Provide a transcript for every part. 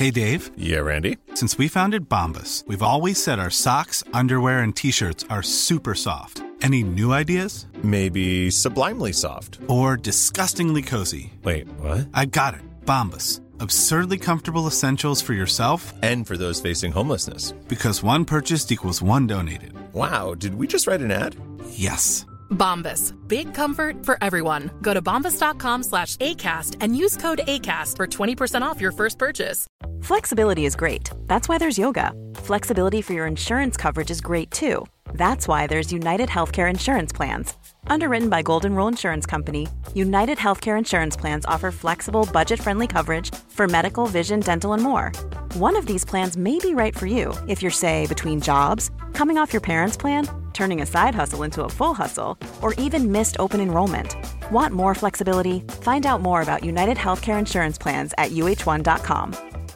Hey, Dave. Yeah, Randy. Since we founded Bombas, we've always said our socks, underwear, and T-shirts are super soft. Any new ideas? Maybe sublimely soft. Or disgustingly cozy? Wait, what? I got it. Bombas. Absurdly comfortable essentials for yourself And for those facing homelessness. Because one purchased equals one donated. Wow, did we just write an ad? Yes. Bombas. Big comfort for everyone. Go to bombas.com/ACAST and use code ACAST for 20% off your first purchase. Flexibility is great. That's why there's yoga. Flexibility for your insurance coverage is great too. That's why there's United Healthcare Insurance Plans. Underwritten by Golden Rule Insurance Company, United Healthcare Insurance Plans offer flexible, budget-friendly coverage for medical, vision, dental, and more. One of these plans may be right for you if you're, say, between jobs, coming off your parents' plan, turning a side hustle into a full hustle, or even missed open enrollment. Want more flexibility? Find out more about United Healthcare Insurance Plans at uh1.com.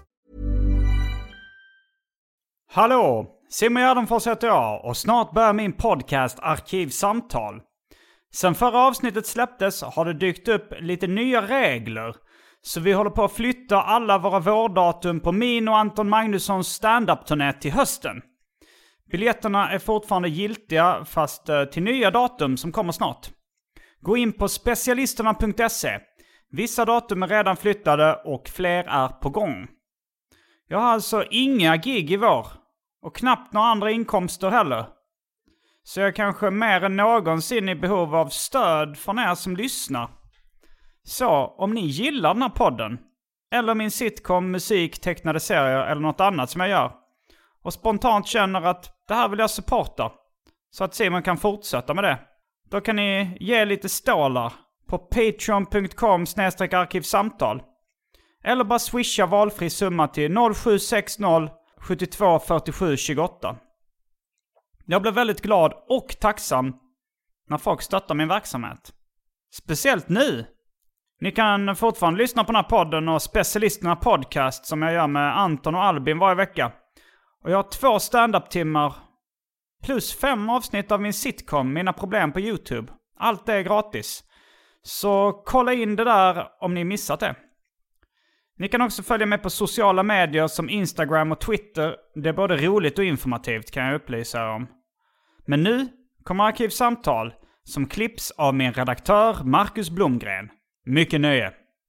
Hallå! Simon Gärdenfors heter jag och snart börjar min podcast Arkivsamtal. Sen förra avsnittet släpptes har det dykt upp lite nya regler. Så vi håller på att flytta alla våra vårdatum på min och Anton Magnussons stand-up-turné till hösten. Biljetterna är fortfarande giltiga fast till nya datum som kommer snart. Gå in på specialisterna.se. Vissa datum är redan flyttade och fler är på gång. Jag har alltså inga gig i vår. Och knappt några andra inkomster heller. Så jag är kanske mer än någonsin i behov av stöd från er som lyssnar. Så om ni gillar den här podden, eller min sitcom, musik, tecknade serier eller något annat som jag gör, och spontant känner att det här vill jag supporta, så att Simon kan fortsätta med det, då kan ni ge lite stålar på patreon.com/arkivsamtal. Eller bara swisha valfri summa till 0760 72 47 28. Jag blev väldigt glad och tacksam när folk stöttar min verksamhet. Speciellt nu. Ni kan fortfarande lyssna på den här podden och Specialisterna podcast som jag gör med Anton och Albin varje vecka. Och jag har 2 stand-up-timmar plus 5 avsnitt av min sitcom Mina problem på YouTube. Allt är gratis. Så kolla in det där om ni missat det. Ni kan också följa mig på sociala medier som Instagram och Twitter. Det är både roligt och informativt kan jag upplysa er om. Men nu kommer Arkivsamtal som klipps av min redaktör Marcus Blomgren. Mycket nöje!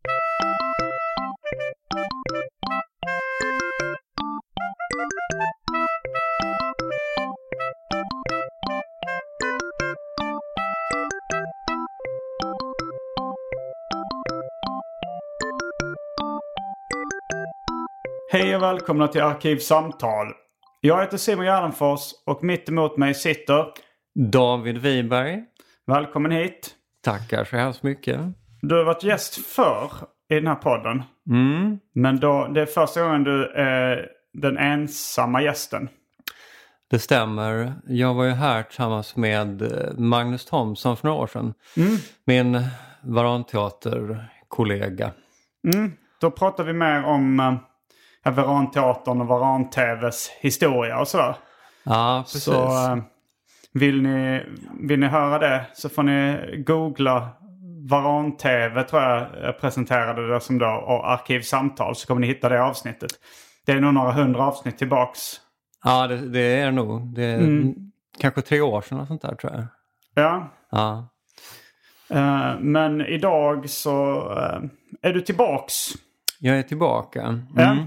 Hej och välkomna till Arkivsamtal. Jag heter Simon Gärdenfors och mitt emot mig sitter David Wiberg. Välkommen hit. Tackar så hemskt mycket. Du har varit gäst förr i den här podden. Men då, det är första gången du är den ensamma gästen. Det stämmer. Jag var ju här tillsammans med Magnus Thomsson för några år sedan. Min Varanteater-kollega. Då pratar vi mer om Varanteatern och Varan-TVs historia och sådär. Ja, precis. Så vill ni höra det så får ni googla Varan-TV, tror jag presenterade det som då, och Arkivsamtal, så kommer ni hitta det avsnittet. Det är nog några 100 avsnitt tillbaks. Ja, det är nog. Det är kanske 3 år sedan och sånt där, tror jag. Ja. Men idag så är du tillbaks. Jag är tillbaka.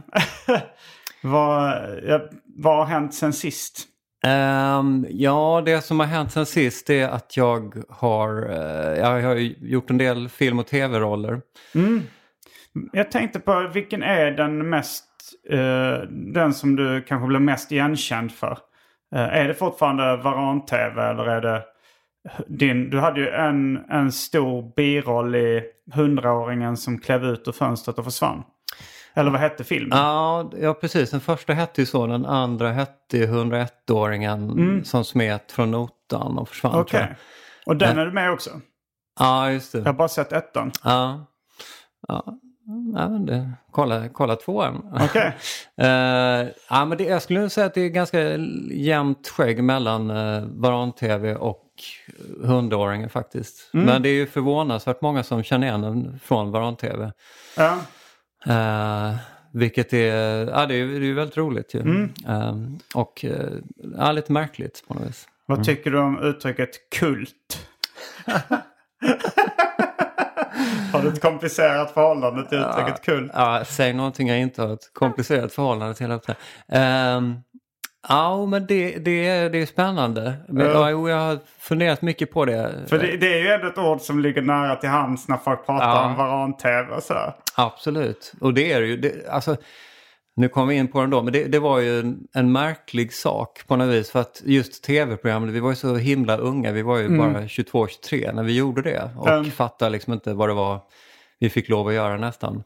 Vad har hänt sen sist? Ja, det som har hänt sen sist är att jag har gjort en del film- och tv-roller. Jag tänkte på vilken är den som du kanske blev mest igenkänd för? Är det fortfarande Varan-TV eller är det du hade ju en stor biroll i 100-åringen som klev ut ur fönstret och försvann. Eller vad hette filmen? Ja, precis. Den första hette ju så. Den andra hette 101-åringen som smet från notan och försvann. Okej. Och den är du med också? Ja, just det. Jag har bara sett ettan. Ja, men kolla 2:an. Okej. Men jag skulle säga att det är ganska jämnt skägg mellan Varan-TV och 100-åringen faktiskt. Men det är ju förvånansvärt många som känner igen den från Varan-TV. Ja. Vilket är, det är ju väldigt roligt ju. Och lite märkligt på något vis. Vad tycker du om uttrycket kult? Har du ett komplicerat förhållande till uttrycket kult? Ja, säg någonting jag inte har ett komplicerat förhållande till. Men det är spännande. Men, jag har funderat mycket på det. För det är ju ändå ett ord som ligger nära till hands när folk pratar om varan-tv och så. Absolut. Och det är ju... nu kommer vi in på den då. Men det var ju en märklig sak på något vis. För att just tv-programmet, vi var ju så himla unga. Vi var ju bara 22-23 när vi gjorde det. Och fattade liksom inte vad det var vi fick lov att göra nästan.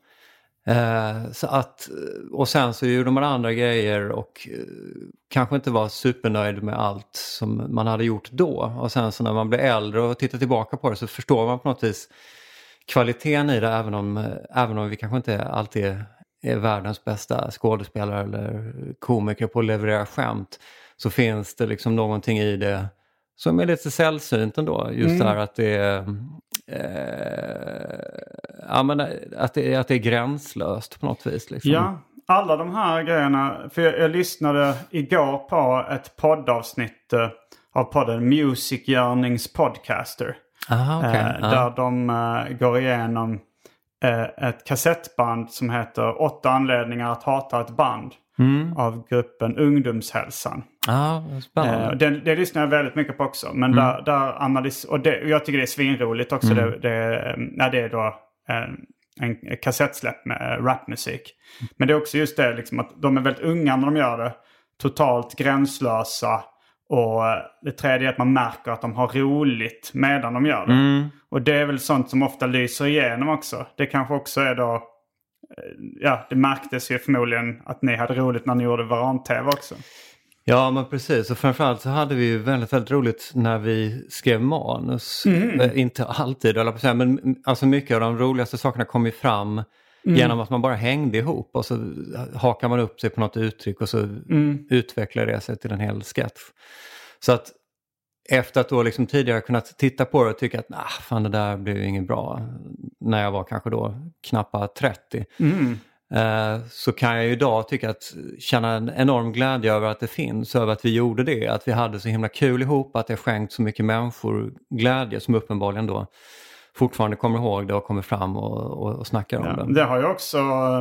Och sen så gjorde man andra grejer och kanske inte var supernöjd med allt som man hade gjort då. Och sen så när man blir äldre och tittar tillbaka på det så förstår man på något vis kvaliteten i det, även om vi kanske inte alltid är världens bästa skådespelare eller komiker på att leverera skämt, så finns det liksom någonting i det som är lite sällsynt ändå. Just det här att det är att det är gränslöst på något vis. Liksom. Ja, alla de här grejerna. För jag lyssnade igår på ett poddavsnitt av podden Music Yearnings Podcaster. Där de går igenom ett kassettband som heter 8 anledningar att hata ett band. Av gruppen Ungdomshälsan. Det lyssnar jag väldigt mycket på också. Men där analys, och jag tycker det är svinroligt också. Det är då en kassettsläpp med rapmusik. Men det är också just det liksom, att de är väldigt unga när de gör det. Totalt gränslösa. Och det tredje är att man märker att de har roligt medan de gör det. Och det är väl sånt som ofta lyser igenom också. Det kanske också är då... det märktes ju förmodligen att ni hade roligt när ni gjorde varan-tv också. Ja, men precis. Och framförallt så hade vi ju väldigt, väldigt roligt när vi skrev manus. Inte alltid, eller på säga, men alltså mycket av de roligaste sakerna kom ju fram genom att man bara hängde ihop. Och så hakar man upp sig på något uttryck och så utvecklar det sig till en hel sketch. Så att efter att då liksom tidigare kunnat titta på det och tycka att fan, det där blev ju inget bra när jag var kanske då knappa 30. Så kan jag ju idag känna en enorm glädje över att det finns, över att vi gjorde det, att vi hade så himla kul ihop, att det skänkt så mycket människor glädje som uppenbarligen då fortfarande kommer ihåg det och kommer fram och snackar om det. Det har ju också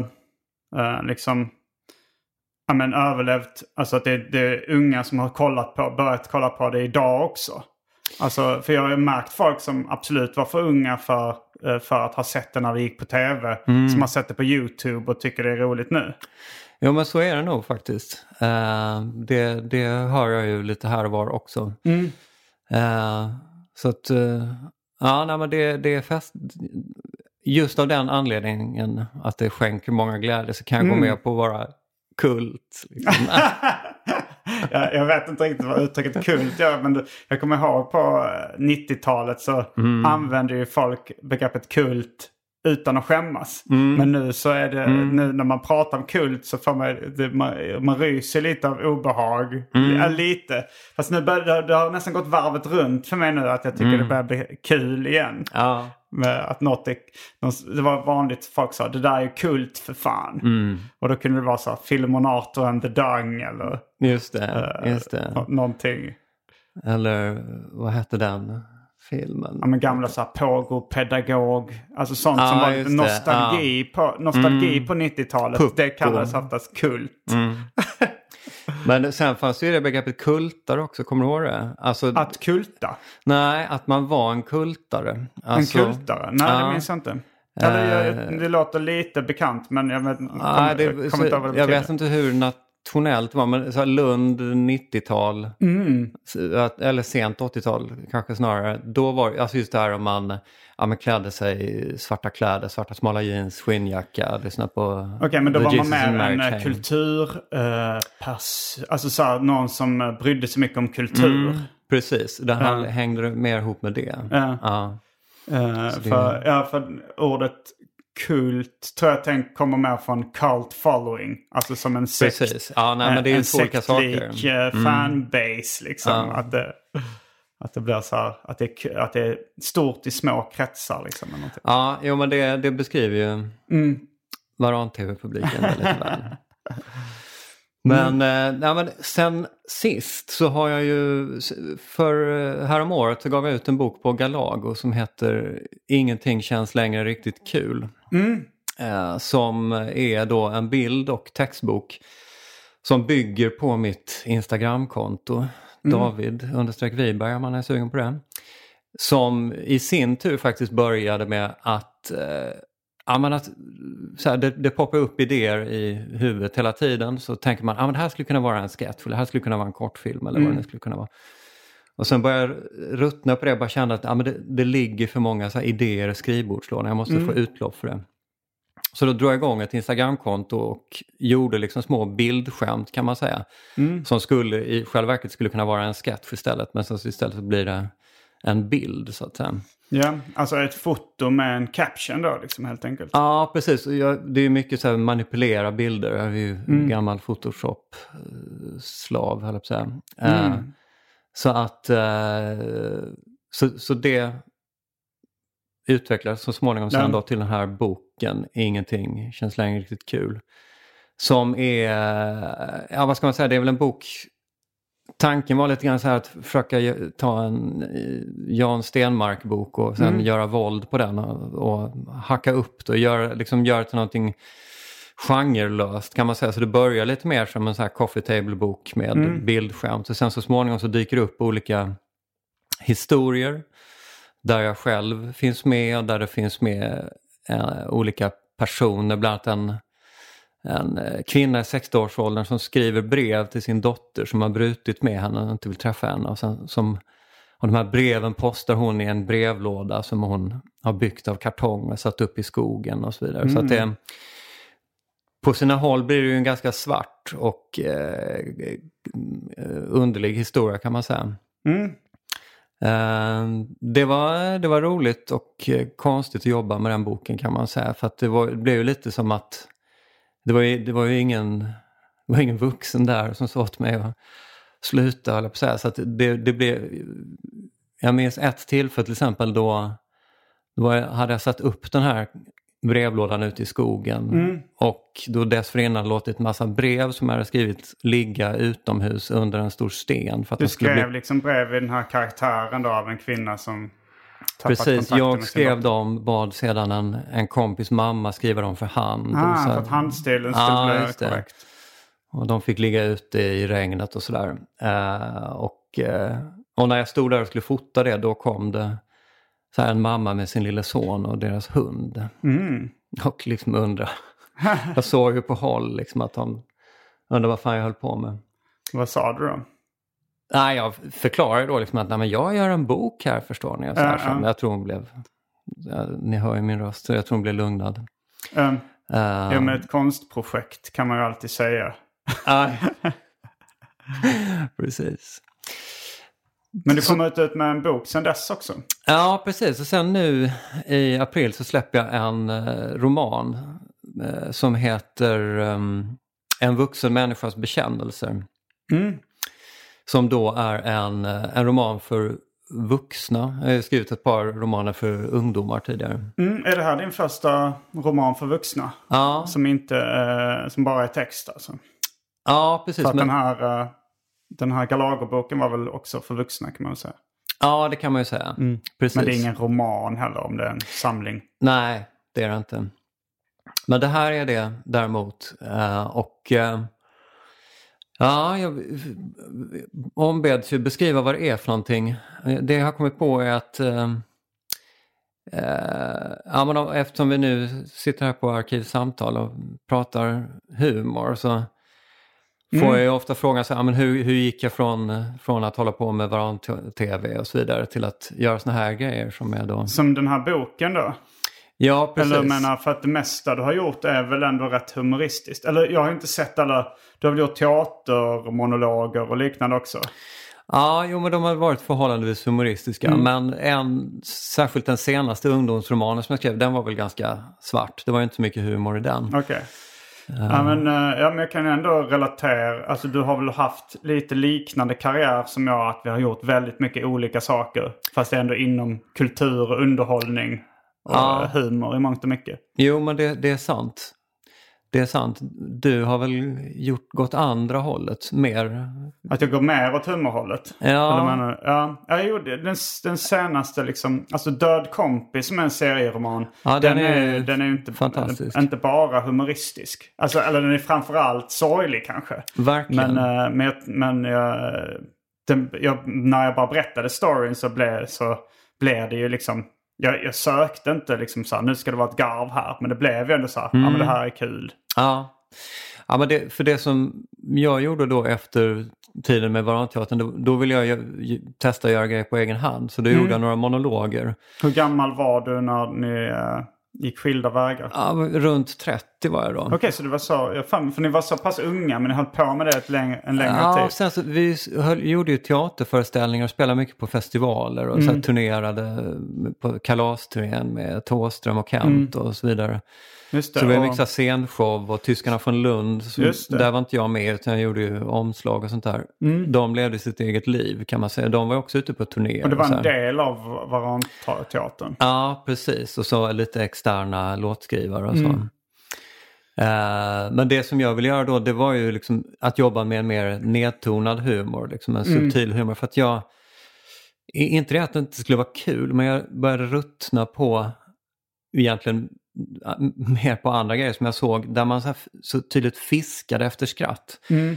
överlevt, alltså att det är unga som har börjat kolla på det idag också. Alltså, för jag har märkt folk som absolut var för unga för att ha sett det när det gick på tv. Som har sett det på YouTube och tycker det är roligt nu. Jo, men så är det nog faktiskt. Det hör jag ju lite här och var också. Så att, men det är fest. Just av den anledningen att det skänker många glädje så kan jag gå med på att vara kult. Liksom. Jag vet inte riktigt vad uttrycket kult gör, men jag kommer ihåg på 90-talet så använder ju folk begreppet kult utan att skämmas. Men nu så är det, nu när man pratar om kult så får man ryser lite av obehag. Lite. Fast nu det har nästan gått varvet runt för mig nu att jag tycker det börjar bli kul igen. Ja. Med att det var vanligt, folk sa det där är kult för fan. Och då kunde det vara så Filmonator and the Dung eller just det. Någonting. Eller vad hette den filmen? Ja, men gamla så här Pogo-pedagog, alltså sånt som var lite nostalgi på 90-talet. Pucko. Det kallades oftast kult. Men sen fanns ju det begreppet kultare också, kommer du ihåg det? Alltså, att kulta? Nej, att man var en kultare. Alltså, en kultare? Nej, det minns jag inte. Det låter lite bekant, men jag vet inte vad det jag vet inte hur nationellt var, men så här Lund 90-tal eller sent 80-tal kanske snarare. Då var alltså just det här om man klädde sig i svarta kläder, svarta smala jeans, skinnjacka, lyssna på. Okej, men då var man med en kultur alltså så här, någon som brydde sig mycket om kultur. Precis, det hängde mer ihop med det. För ordet kult tror jag kommer med från cult following, alltså som en sekt. Precis. Men det är ju olika saker. Fanbase liksom, att det blir så här, att det är stort i små kretsar liksom, eller någonting. Men det beskriver ju Varan-TV-publiken väldigt väl. Men sen sist så har jag ju, för häromåret så gav jag ut en bok på Galago som heter Ingenting känns längre riktigt kul. Som är då en bild- och textbok som bygger på mitt Instagramkonto. David_Wiberg om man är sugen på det. Som i sin tur faktiskt började med att så här, det poppar upp idéer i huvudet hela tiden. Så tänker man, men det här skulle kunna vara en sketch, eller det här skulle kunna vara en kortfilm eller vad det skulle kunna vara. Och sen börjar jag ruttna på det och bara känna att det ligger för många så här idéer i skrivbordslådan. Jag måste få utlopp för det. Så då drog jag igång ett Instagramkonto och gjorde liksom små bildskämt kan man säga. Som i själva verket skulle kunna vara en sketch istället. Men så istället så blir det en bild så att säga. Ja, alltså ett foto med en caption då liksom helt enkelt. Ja, precis. Det är mycket så här manipulera bilder. Jag är ju gammal Photoshop-slav höll jag på att säga. Så att så det utvecklas så småningom sen då till den här boken Ingenting känns längre riktigt kul. Som är, vad ska man säga, det är väl en bok. Tanken var lite grann så här att försöka ta en Jan Stenmark-bok och sen göra våld på den och hacka upp det och göra till någonting genrelöst kan man säga. Så det börjar lite mer som en så här coffee table-bok med bildskämt. Och sen så småningom så dyker det upp olika historier där jag själv finns med och där det finns med olika personer, bland annat en kvinna i 60-årsåldern som skriver brev till sin dotter som har brutit med henne och inte vill träffa henne. Och de här breven postar hon i en brevlåda som hon har byggt av kartong och satt upp i skogen och så vidare. Så att det, på sina håll blir det ju en ganska svart och underlig historia kan man säga. Det var roligt och konstigt att jobba med den boken kan man säga. För att det blev ju lite som att det var ju ingen vuxen där som sa åt mig att sluta eller på så här. Så att det blev, jag minns ett tillfälle till exempel då hade jag satt upp den här brevlådan ute i skogen och då dessförinnan låtit massa brev som jag hade skrivit ligga utomhus under en stor sten. För att du skrev liksom brev i den här karaktären då av en kvinna som tappat precis, kontakten jag med skrev sin dem, bad sedan en kompis mamma skriva dem för hand. Så att handstilen skulle bli korrekt. Och de fick ligga ute i regnet och sådär. Och när jag stod där och skulle fota det, då kom det så här en mamma med sin lilla son och deras hund. Och liksom jag såg ju på håll liksom att de undrade vad fan jag höll på med. Vad sa du då? Nej, jag förklarade då liksom att jag gör en bok här förstår ni. Och så här, jag tror hon blev, ni hör ju min röst, så jag tror hon blev lugnad. Ja, med ett konstprojekt kan man ju alltid säga. Precis. Men du kommer ut med en bok sen dess också? Ja, precis. Och sen nu i april så släpper jag en roman som heter En vuxen människas bekännelser. Som då är en roman för vuxna. Jag har skrivit ett par romaner för ungdomar tidigare. Är det här din första roman för vuxna? Ja. Som bara är text alltså? Ja, precis. För att den här Galago-boken var väl också för vuxna kan man väl säga? Ja, det kan man ju säga. Precis. Men det är ingen roman heller om det är en samling? Nej, det är det inte. Men det här är det däremot. Jag ombeds ju beskriva vad det är för någonting. Det jag har kommit på är att eftersom vi nu sitter här på Arkivsamtal och pratar humor så får jag ju ofta frågan så här, men hur gick jag från att hålla på med Varan-TV och så vidare till att göra såna här grejer som är då... Som den här boken då? Ja, precis. Eller menar, för att det mesta du har gjort är väl ändå rätt humoristiskt. Eller jag har inte sett alla... Du har väl gjort teater, monologer och liknande också? Ja, men de har varit förhållandevis humoristiska. Men särskilt den senaste ungdomsromanen som jag skrev, den var väl ganska svart. Det var ju inte så mycket humor i den. Okej. Men jag kan ändå relatera. Alltså du har väl haft lite liknande karriär som jag. Att vi har gjort väldigt mycket olika saker. Fast det är ändå inom kultur och underhållning. Och humor i mångt och mycket. Jo, men det är sant. det är sant. Du har väl gått andra hållet mer? Att jag går mer åt humorhållet? Ja. Jag gjorde den senaste liksom, alltså Död kompis som är en serieroman. Ja, den är inte fantastisk. Inte bara humoristisk. Alltså, eller den är framförallt sorglig kanske. Verkligen. Men när jag bara berättade storyn så blev det ju liksom... Jag sökte inte liksom så här, nu ska det vara ett garv här. Men det blev ju ändå så här, ja men det här är kul. Ja men det som jag gjorde då efter tiden med Varanteatern, då ville jag testa att göra grejer på egen hand. Så då gjorde jag några monologer. Hur gammal var du när ni gick skilda vägar? Ja, runt 30 var jag då. Okej, så det var så, för ni var så pass unga men ni höll på med det en längre tid. Ja, sen så vi gjorde ju teaterföreställningar och spelade mycket på festivaler och så här, turnerade på kalasturnén med Thåström och Kent och så vidare. Just det, så vi mixade scenshow och Tyskarna från Lund. Där var inte jag med utan jag gjorde ju omslag och sånt där. De levde sitt eget liv kan man säga. De var också ute på turné. Och det var en del av Varanteatern. Ja, precis. Och så lite externa låtskrivare och så. Men det som jag ville göra då, det var ju liksom att jobba med en mer nedtonad humor. Liksom en subtil humor. För att inte det att det inte skulle vara kul, men jag började ruttna på egentligen mer på andra grejer som jag såg där man så tydligt fiskade efter skratt.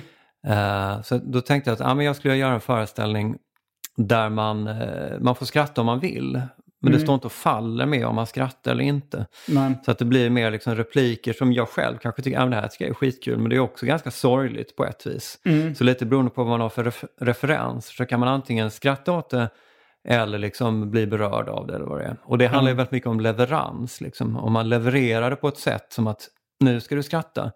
Så då tänkte jag att jag skulle göra en föreställning där man får skratta om man vill. Men det står inte och faller med om man skrattar eller inte. Så att det blir mer liksom repliker som jag själv kanske tycker det här är skitkul. Men det är också ganska sorgligt på ett vis. Så lite beroende på vad man har för referens. Så kan man antingen skratta åt det eller liksom bli berörd av det eller vad det är. Och det handlar ju väldigt mycket om leverans. Liksom. Om man levererar det på ett sätt som att nu ska du skratta.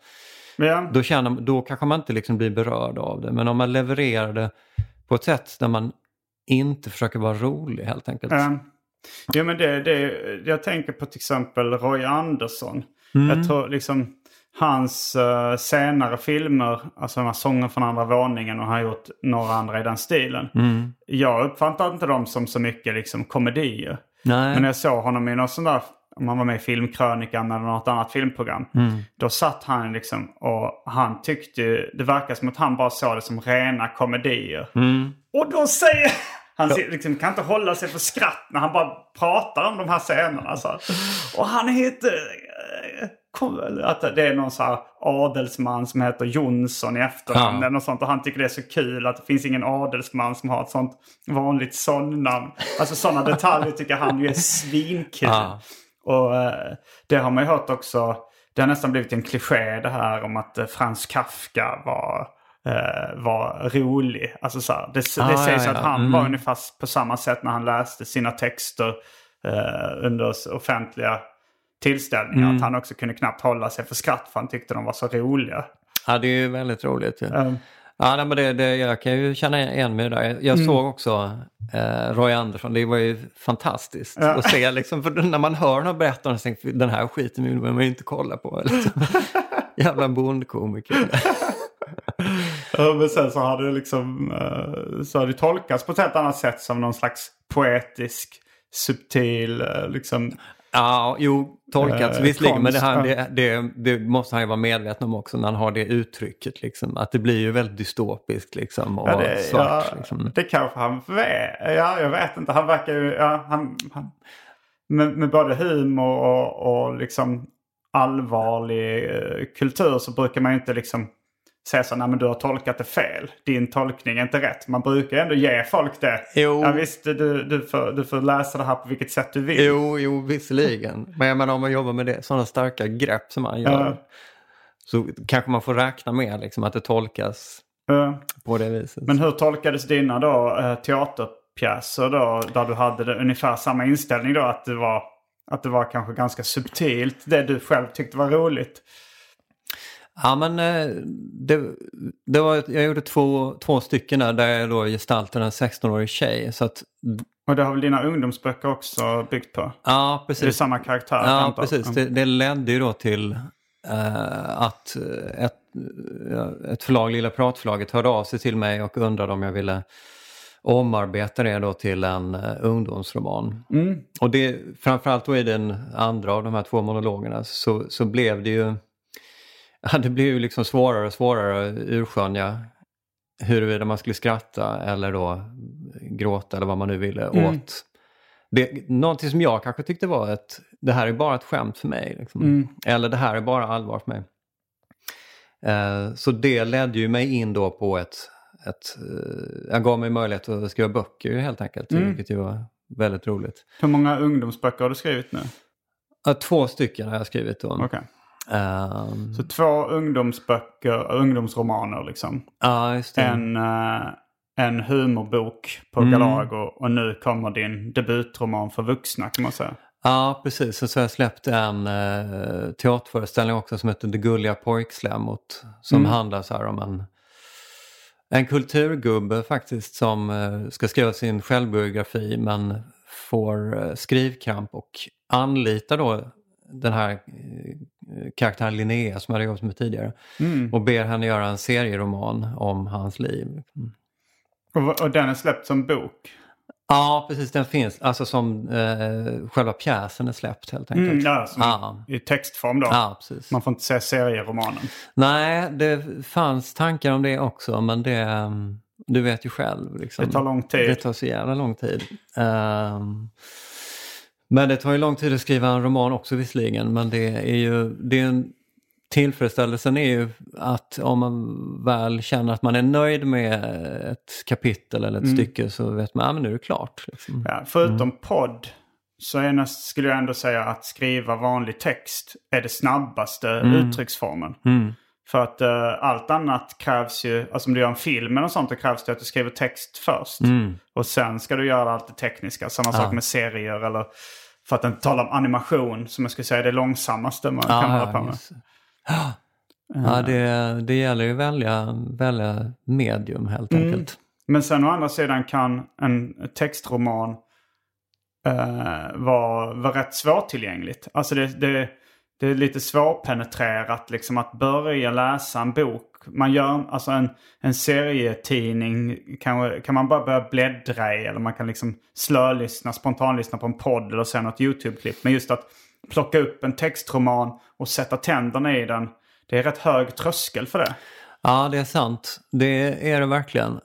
Då kanske man inte liksom blir berörd av det. Men om man levererar det på ett sätt där man inte försöker vara rolig helt enkelt. Ja men jag tänker på till exempel Roy Andersson. Jag tror liksom hans senare filmer, alltså de här Sånger från andra våningen och han har gjort några andra i den stilen. Jag uppfattar inte dem som så mycket liksom komedier. Nej. Men jag såg honom i något sånt där, om han var med i Filmkrönikan eller något annat filmprogram. Då satt han liksom och han tyckte, det verkar som att han bara såg det som rena komedier. Och då säger... Han liksom kan inte hålla sig för skratt när han bara pratar om de här scenerna. Så. Och han heter... Att det är någon så här adelsman som heter Jonsson i efternamn och sånt. Och han tycker det är så kul att det finns ingen adelsman som har ett sånt vanligt sonnamn. Alltså sådana detaljer tycker han ju är svinkul. Och det har man ju hört också. Det har nästan blivit en kliché det här om att Frans Kafka var rolig. Alltså så här, det sägs att han var ungefär på samma sätt när han läste sina texter under offentliga tillställningar. Att han också kunde knappt hålla sig för skratt för han tyckte de var så roliga. Ja, det är ju väldigt roligt. Ja, men jag kan ju känna igen mig där. Jag såg också Roy Andersson. Det var ju fantastiskt att se liksom, för när man hör någon berätta och tänker den här skiten vill man ju inte kolla på. Liksom. Jävla bondkomiker. Men sen så hade det liksom så hade det tolkats på ett helt annat sätt som någon slags poetisk, subtil liksom... Ja, tolkats visserligen, men det måste han ju vara medveten om också när han har det uttrycket liksom, att det blir ju väldigt dystopiskt liksom och svart liksom. Det kanske han jag vet inte, han verkar ju han med både humor och liksom allvarlig kultur så brukar man ju inte liksom säga så, nej men du har tolkat det fel. Din tolkning är inte rätt. Man brukar ändå ge folk det. Jo. Ja visst, du får läsa det här på vilket sätt du vill. Jo, visserligen. Men jag menar om man jobbar med det, sådana starka grepp som man gör. Så kanske man får räkna med liksom, att det tolkas på det viset. Men hur tolkades dina då teaterpjäser då? Där du hade ungefär samma inställning då? Att det var kanske ganska subtilt. Det du själv tyckte var roligt. Ja, men det var, jag gjorde två stycken där jag då gestaltade en 16-årig tjej. Så att, och det har väl dina ungdomsböcker också byggt på? Ja, precis. Det är samma karaktär. Ja, precis. Det ledde ju då till att ett förlag, Lilla Pratförlaget, hörde av sig till mig och undrade om jag ville omarbeta det då till en ungdomsroman. Och det, framförallt då i den andra av de här två monologerna så blev det ju det blev ju liksom svårare och svårare att urskönja huruvida man skulle skratta eller då gråta eller vad man nu ville åt. Någonting som jag kanske tyckte var det här är bara ett skämt för mig. Liksom. Eller det här är bara allvar för mig. Så det ledde ju mig in då på jag gav mig möjlighet att skriva böcker helt enkelt. Vilket ju var väldigt roligt. Hur många ungdomsböcker har du skrivit nu? 2 stycken har jag skrivit då. Okay. Så 2 ungdomsromaner liksom. Ja, just det. En humorbok på Galago och nu kommer din debutroman för vuxna kan man säga. Ja, precis. Och så har jag släppt en teaterföreställning också som heter Det gulliga pojkslämmot. Som handlar så här om en kulturgubbe faktiskt som ska skriva sin självbiografi men får skrivkramp och anlitar då den här karaktären Linnea som jag hade jobbat med tidigare. Och ber henne göra en serieroman om hans liv. Och den är släppt som bok? Ja, precis. Den finns. Alltså som själva pjäsen är släppt helt enkelt. I textform då? Ja, precis. Man får inte säga serieromanen? Nej, det fanns tankar om det också. Men det, du vet ju själv. Liksom. Det tar lång tid. Det tar så jävla lång tid. Men det tar ju lång tid att skriva en roman också visserligen. Men tillfredsställelsen är ju att om man väl känner att man är nöjd med ett kapitel eller ett stycke så vet man men nu är det klart. Liksom. Ja, förutom podd så skulle jag ändå säga att skriva vanlig text är det snabbaste uttrycksformen. För att allt annat krävs ju, alltså om du gör en film eller sånt, det krävs det att du skriver text först. Och sen ska du göra allt det tekniska, samma sak med serier eller för att inte tala om animation som jag skulle säga är det långsammaste man kan hålla på med. Ja, det gäller ju välja medium helt enkelt. Men sen å andra sidan kan en textroman vara rätt svårtillgängligt. Alltså det är lite svårpenetrerat liksom att börja läsa en bok. Man gör alltså en serietidning kan man bara börja bläddra i eller man kan liksom spontanlyssna på en podd eller sen något YouTube-klipp. Men just att plocka upp en textroman och sätta tänderna i den, det är rätt hög tröskel för det. Ja, det är sant. Det är det verkligen.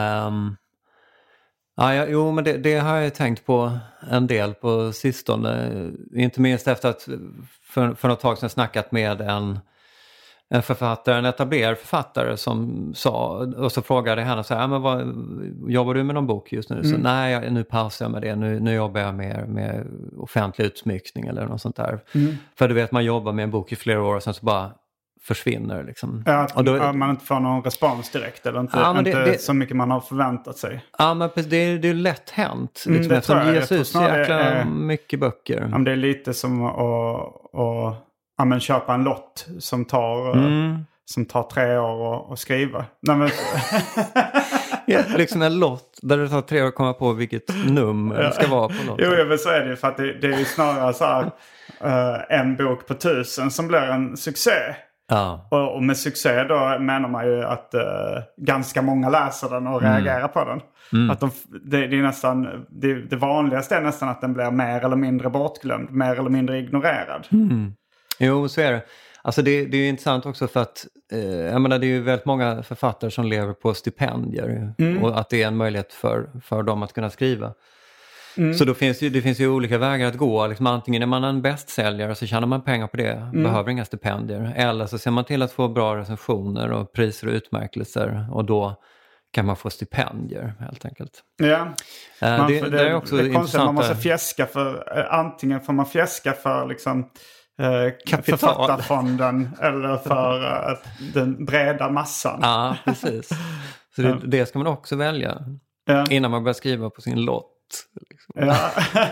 Men det har jag tänkt på en del på sistone. Inte minst efter att för något tag sedan snackat med en författare, en etablerad författare som sa, och så frågade henne så här, men jobbar du med någon bok just nu? Så nej, nu pausar jag med det. Nu jobbar jag med offentlig utsmyckning eller något sånt där. För du vet, man jobbar med en bok i flera år och sen så bara försvinner liksom. Ja, och då, man inte får någon respons direkt eller inte så mycket man har förväntat sig. Ja, men det är lätt hänt. Liksom, det tror jag. Det ges ut så jäkla mycket böcker. Ja, det är lite som att köpa en lott som tar 3 år att skriva. Nej, men... Ja, liksom en lott där det tar 3 år att komma på vilket nummer det ska vara på lotten. Jo, men så är det ju för att det är ju snarare så här en bok på 1000 som blir en succé. Ja. Och med succé då menar man ju att ganska många läser den och reagerar på den. Att det är nästan, det vanligaste är nästan att den blir mer eller mindre bortglömd, mer eller mindre ignorerad. Jo, så är det. Alltså det är ju intressant också för att jag menar, det är ju väldigt många författare som lever på stipendier och att det är en möjlighet för dem att kunna skriva. Så då finns det finns ju olika vägar att gå. Liksom, antingen är man en bästsäljare så tjänar man pengar på det, behöver inga stipendier. Eller så ser man till att få bra recensioner och priser och utmärkelser och då kan man få stipendier helt enkelt. Ja, det är också det är intressant. Man måste fjäska för, antingen får man fjäska för liksom författarfonden eller för den breda massan. Ja, precis. Så det ska man också välja innan man börjar skriva på sin lott. Liksom. Ja.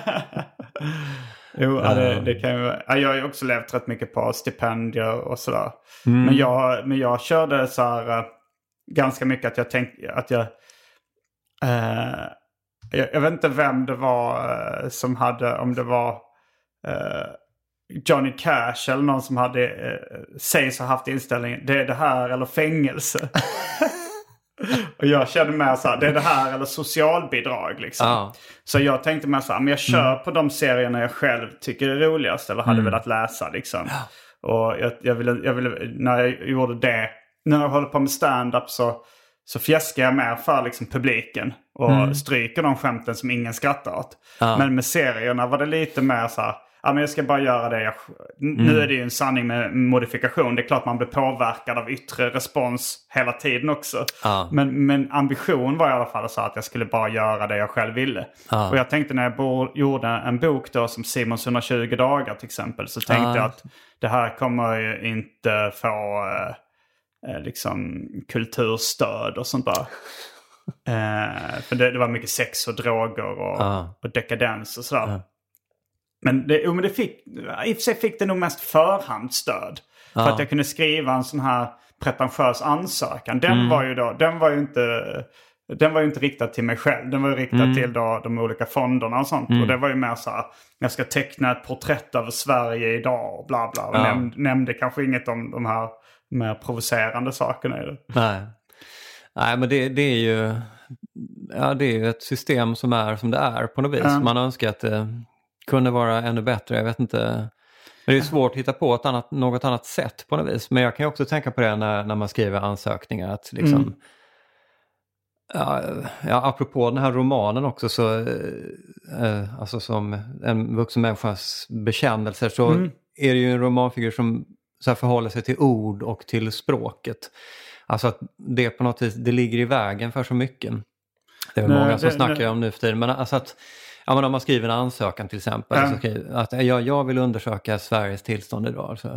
Jo, det kan ju. Jag har ju också levt rätt mycket på stipendier och sådär. Men jag körde så här ganska mycket att jag tänkte att jag vet inte vem det var som hade, om det var Johnny Cash eller någon som hade sägs ha haft inställningen, det är det här eller fängelse. Och jag kände med så här, det är det här eller socialbidrag liksom. Så jag tänkte med så här, men jag kör på de serierna jag själv tycker är roligast eller hade velat läsa liksom. Och jag ville, när jag gjorde det, när jag håller på med stand-up så fjäskar jag mer för liksom publiken. Och stryker de skämten som ingen skrattar åt. Men med serierna var det lite mer så här, ja, men jag ska bara göra det. Nu är det ju en sanning med modifikation. Det är klart man blir påverkad av yttre respons hela tiden också. Men ambition var i alla fall så att jag skulle bara göra det jag själv ville. Och jag tänkte när jag gjorde en bok då som Simons 120 dagar till exempel. Så tänkte jag att det här kommer ju inte få liksom kulturstöd och sånt där. För det var mycket sex och droger och dekadens och sådär. Men det fick, i och för sig fick det nog mest förhandsstöd. För att jag kunde skriva en sån här pretentiös ansökan. Den var ju inte riktad till mig själv. Den var ju riktad till de olika fonderna och sånt. Och det var ju mer så här, jag ska teckna ett porträtt över Sverige idag och bla bla. Och nämnde kanske inget om de här mer provocerande sakerna i det. Nej, men det är ju det är ju ett system som är som det är på något vis. Man önskar att det kunde vara ännu bättre, jag vet inte. Men det är svårt att hitta på något annat sätt på något vis. Men jag kan ju också tänka på det när man skriver ansökningar. Att liksom, apropå den här romanen också, så alltså som en vuxen människas bekännelser, så är det ju en romanfigur som så här förhåller sig till ord och till språket. Alltså att det på något vis, det ligger i vägen för så mycket. Det är många som snackar om nu för tiden. Men alltså att, om man skriver en ansökan till exempel. Så skriver, att jag vill undersöka Sveriges tillstånd idag. Så,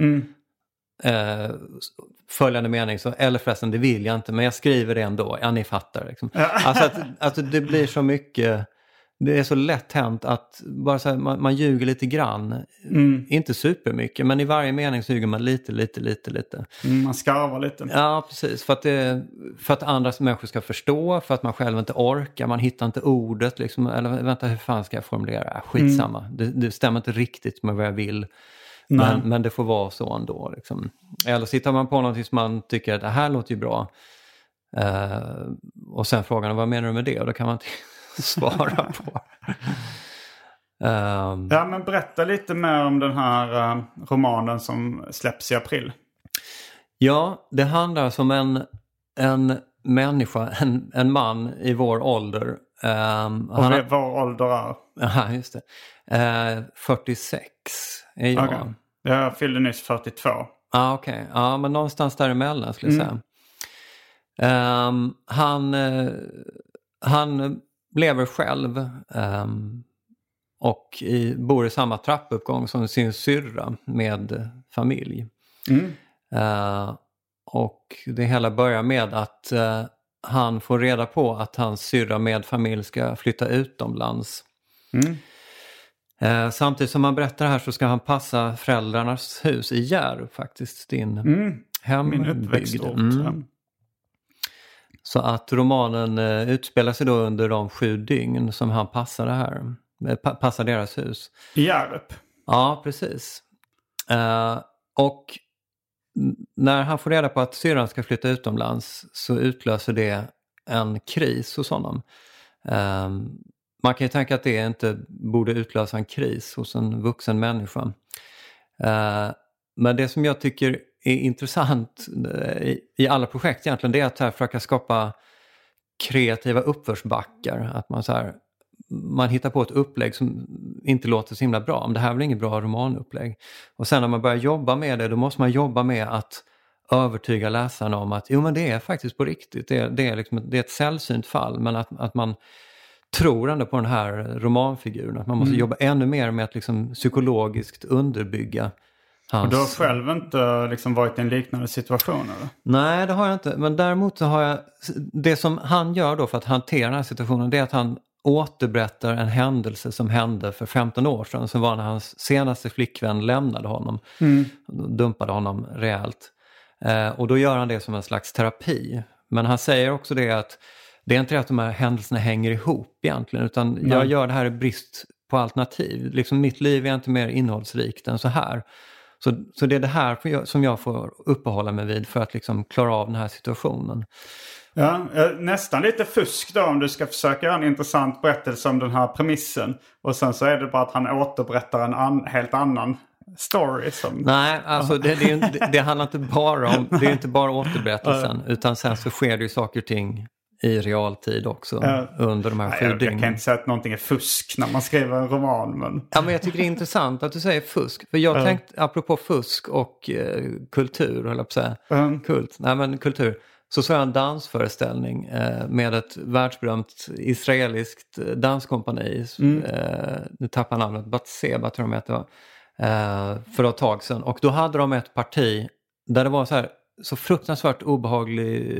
följande mening, så, eller förresten det vill jag inte. Men jag skriver det ändå. Ja, ni fattar. Liksom. Alltså att det blir så mycket. Det är så lätt hänt att bara så här, man ljuger lite grann. Inte supermycket, men i varje mening så ljuger man lite. Man skarvar lite. Ja, precis. För att andra människor ska förstå, för att man själv inte orkar. Man hittar inte ordet. Liksom, eller vänta, hur fan ska jag formulera? Skitsamma. Det stämmer inte riktigt med vad jag vill. Men det får vara så ändå. Liksom. Eller sitter man på någonting som man tycker att det här låter ju bra. Och sen frågar man, vad menar du med det? Och då kan man inte svara på. Ja, men berätta lite mer om den här romanen som släpps i april. Ja, det handlar som en människa, en man i vår ålder. Vår ålder är? Ja, just det. 46 är jag. Okay. Jag fyllde nyss 42. Okej. Ja, men någonstans däremellan skulle jag säga. Han lever själv och bor i samma trappuppgång som sin syrra med familj. Och det hela börjar med att han får reda på att hans syrra med familj ska flytta utomlands. Samtidigt som han berättar här så ska han passa föräldrarnas hus i Hjärup faktiskt, din hembygd. Min uppväxtort. Så att romanen utspelar sig då under de 7 dygn som han passar deras hus. I Hjärup? Ja, precis. Och när han får reda på att syrran ska flytta utomlands så utlöser det en kris hos honom. Man kan ju tänka att det inte borde utlösa en kris hos en vuxen människa. Men det som jag tycker är intressant i alla projekt egentligen, det är att här försöka skapa kreativa uppförsbackar. Att man hittar på ett upplägg som inte låter så himla bra. Men det här är väl inget bra romanupplägg. Och sen när man börjar jobba med det, då måste man jobba med att övertyga läsarna om att men det är faktiskt på riktigt. Det är ett sällsynt fall, men att man tror ändå på den här romanfiguren. Att man måste jobba ännu mer med att liksom psykologiskt underbygga hans... Och du har själv inte liksom varit i en liknande situation, eller? Nej, det har jag inte. Men däremot så har jag... Det som han gör då för att hantera den här situationen, det är att han återberättar en händelse som hände för 15 år sedan. Som var när hans senaste flickvän lämnade honom. Dumpade honom rejält. Och då gör han det som en slags terapi. Men han säger också det att det är inte det att de här händelserna hänger ihop egentligen. Utan jag gör det här i brist på alternativ. Liksom mitt liv är inte mer innehållsrikt än så här. Så det är det här som jag får uppehålla mig vid för att liksom klara av den här situationen. Ja, nästan lite fusk då om du ska försöka göra en intressant berättelse om den här premissen. Och sen så är det bara att han återberättar en helt annan story som... Nej, alltså det handlar inte bara om, det är inte bara återberättelsen, utan sen så sker det ju saker och ting i realtid också under de här 7 dygnen. Jag kan inte säga att någonting är fusk när man skriver en roman. Men... Ja, men jag tycker det är intressant att du säger fusk. För jag tänkte, apropå fusk och kultur, höll jag på att säga. Kultur. Så såg jag en dansföreställning med ett världsberömt israeliskt danskompani. Nu tappar namnet, Batseba tror jag det var. För ett tag sedan. Och då hade de ett parti där det var så fruktansvärt obehaglig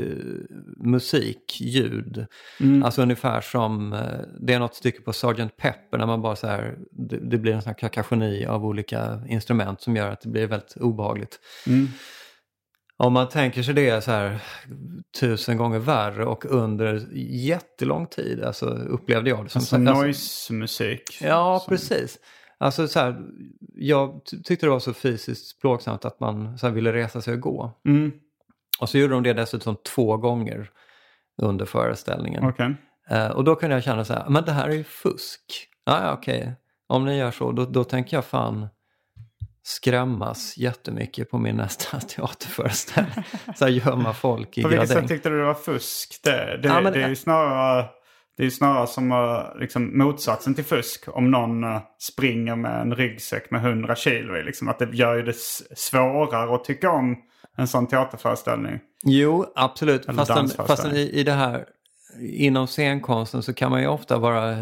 musikljud. Alltså ungefär som det är något stycke på Sgt. Pepper när man bara det blir en sån här kakafoni av olika instrument som gör att det blir väldigt obehagligt. Om man tänker sig det 1000 gånger värre och under jättelång tid, alltså upplevde jag det som... Alltså noise-musik. Ja, precis. Alltså jag tyckte det var så fysiskt plågsamt att man ville resa sig och gå. Och så gjorde de det dessutom 2 gånger under föreställningen. Okay. Och då kunde jag känna men det här är ju fusk. Ja, okej. Om ni gör så, då tänker jag fan skrämmas jättemycket på min nästa teaterföreställning. Gömma folk i gradäng. På vilket sätt tyckte du det var fusk? Det är ju snarare... Det är snarare som liksom motsatsen till fusk. Om någon springer med en ryggsäck med 100 kilo i. Liksom, att det gör ju det svårare att tycka om en sån teaterföreställning. Jo, absolut. Fastän i det här, inom scenkonsten så kan man ju ofta vara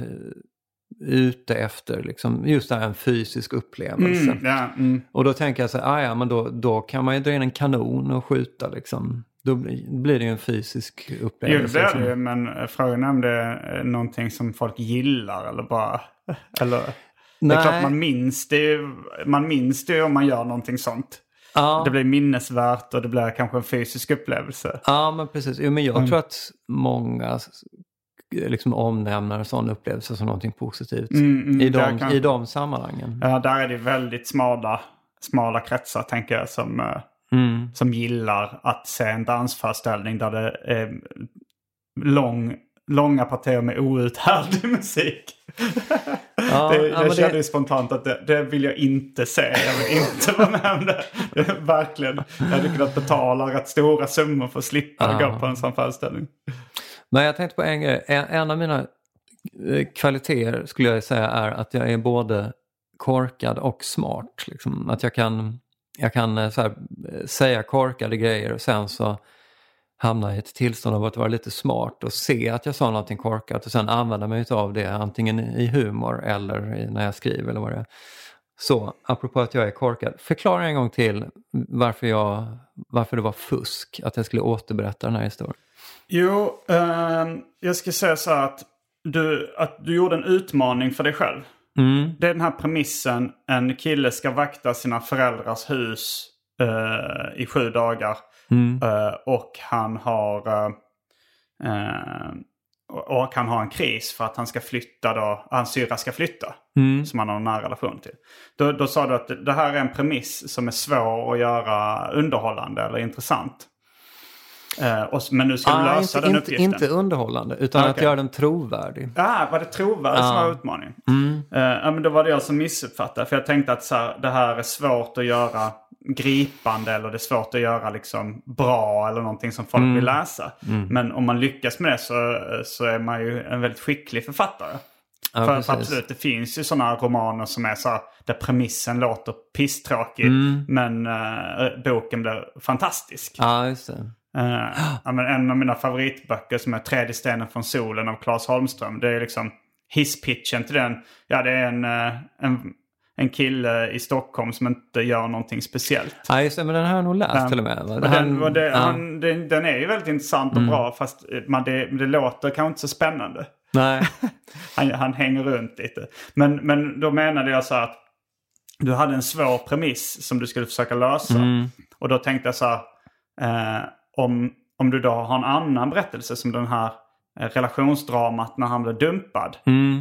ute efter liksom, just det här, en fysisk upplevelse. Och då tänker jag men då kan man ju dra in en kanon och skjuta liksom. Då blir det ju en fysisk upplevelse. Jo, det är det, men frågan är om det är någonting som folk gillar eller bara... Eller, det är klart man minns det om man gör någonting sånt. Ja. Det blir minnesvärt och det blir kanske en fysisk upplevelse. Ja, men precis. Jo, men jag tror att många liksom omnämnar en sån upplevelse som någonting positivt i de sammanhangen. Ja, där är det väldigt smala kretsar, tänker jag, som gillar att se en dansföreställning där det är långa partier med outhärdlig musik. Jag kände ju spontant att det vill jag inte se. Jag vill inte vara med om det. Verkligen. Jag hade kunnat betala rätt stora summor för att slippa gå på en sån föreställning. Men jag tänkte på en grej. En av mina kvaliteter skulle jag säga är att jag är både korkad och smart. Liksom. Att jag kan säga korkade grejer och sen så hamna i ett tillstånd av att vara lite smart och se att jag sa någonting korkat och sen använda mig av det antingen i humor eller när jag skriver eller vad det är. Så, apropå att jag är korkad, förklara en gång till varför det var fusk att jag skulle återberätta den här historien. Jo, jag ska säga så att du gjorde en utmaning för dig själv. Det är den här premissen: en kille ska vakta sina föräldrars hus i 7 dagar. Och han har en kris för att han ska flytta då, hans syrra ska flytta, som han har en nära relation till. Då sa du att det här är en premiss som är svår att göra underhållande eller intressant. Men nu ska du lösa den uppgiften. Inte underhållande, utan att göra den trovärdig. Var det trovärdig som var utmaningen? Men då var det jag som missuppfattade. För jag tänkte att det här är svårt att göra gripande, eller det är svårt att göra liksom bra eller någonting som folk vill läsa. Men om man lyckas med det så är man ju en väldigt skicklig författare. Ja, för absolut, det finns ju sådana romaner som är så där premissen låter pisstråkig, men boken blir fantastisk. Ja, just det. En av mina favoritböcker som är Tredje stenen från solen av Claes Holmström, det är liksom hisspitchen till den. Ja, det är en kille i Stockholm som inte gör någonting speciellt. Ja, just det, men den har jag nog läst till och med. Den är ju väldigt intressant och bra, fast det låter kanske inte så spännande. Nej. han hänger runt lite. Men då menade jag så att du hade en svår premiss som du skulle försöka lösa. Och då tänkte jag så här, om du då har en annan berättelse som den här relationsdramat när han blev dumpad.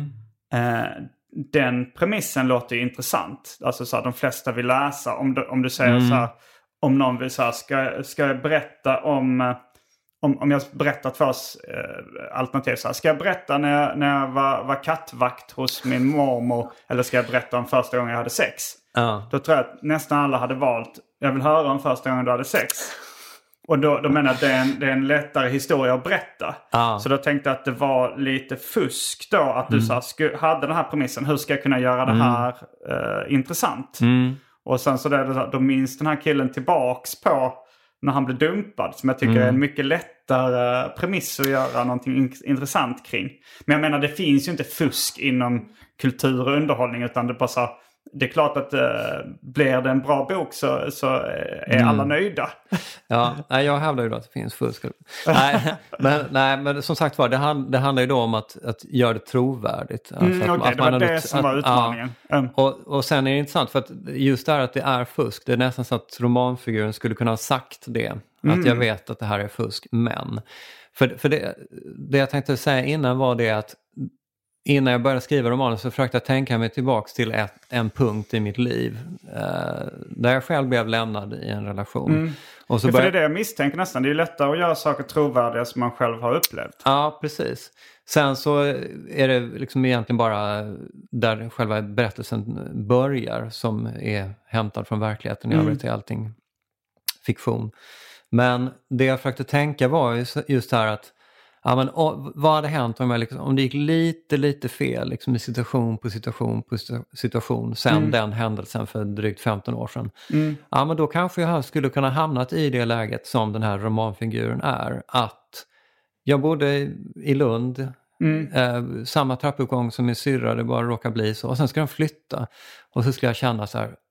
Den premissen låter ju intressant. Alltså så här, de flesta vill läsa. Om du säger så här, om någon vill så här, ska jag berätta om om jag berättar två alternativ så här. Ska jag berätta när jag var kattvakt hos min mormor, eller ska jag berätta om första gången jag hade sex? Då tror jag att nästan alla hade valt, jag vill höra om första gången du hade sex. Och då menar jag att det är en lättare historia att berätta. Så då tänkte jag att det var lite fusk då. Att du hade den här premissen. Hur ska jag kunna göra det här intressant? Och sen så då minns den här killen tillbaks på när han blev dumpad. Som jag tycker är en mycket lättare premiss att göra någonting intressant kring. Men jag menar, det finns ju inte fusk inom kultur och underhållning. Utan det bara så... Det är klart att blir det en bra bok så är alla nöjda. Ja, jag hävdar ju då att det finns fusk. men som sagt var, det handlar ju då om att göra det trovärdigt. Alltså det var det som var utmaningen. Och sen är det intressant för att just det här att det är fusk. Det är nästan så att romanfiguren skulle kunna ha sagt det. Att jag vet att det här är fusk, men... För det jag tänkte säga innan var det att innan jag började skriva romanen så försökte jag tänka mig tillbaks till en punkt i mitt liv där jag själv blev lämnad i en relation. Och så för det är det jag misstänker nästan. Det är lättare att göra saker trovärdiga som man själv har upplevt. Ja, precis. Sen så är det liksom egentligen bara där själva berättelsen börjar som är hämtad från verkligheten. I övrigt är allting fiktion. Men det jag försökte tänka var just här att vad hade hänt om det gick lite fel liksom, i situation på situation sen den händelsen för drygt 15 år sedan. Men då kanske jag skulle kunna hamnat i det läget som den här romanfiguren är. Att jag bodde i Lund, samma trappuppgång som min syrra, det bara råkar bli så. Och sen ska de flytta och så ska jag känna så här,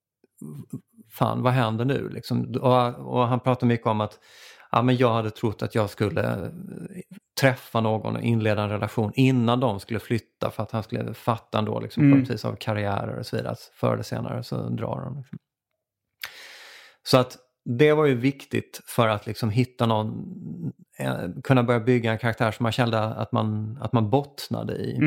fan vad händer nu? Liksom. Och han pratar mycket om att men jag hade trott att jag skulle träffa någon och inleda en relation innan de skulle flytta för att han skulle fatta ändå liksom, precis av karriärer och så vidare. Förr eller senare så drar han. Liksom. Så att det var ju viktigt för att liksom hitta någon, kunna börja bygga en karaktär som man kände att man bottnade i.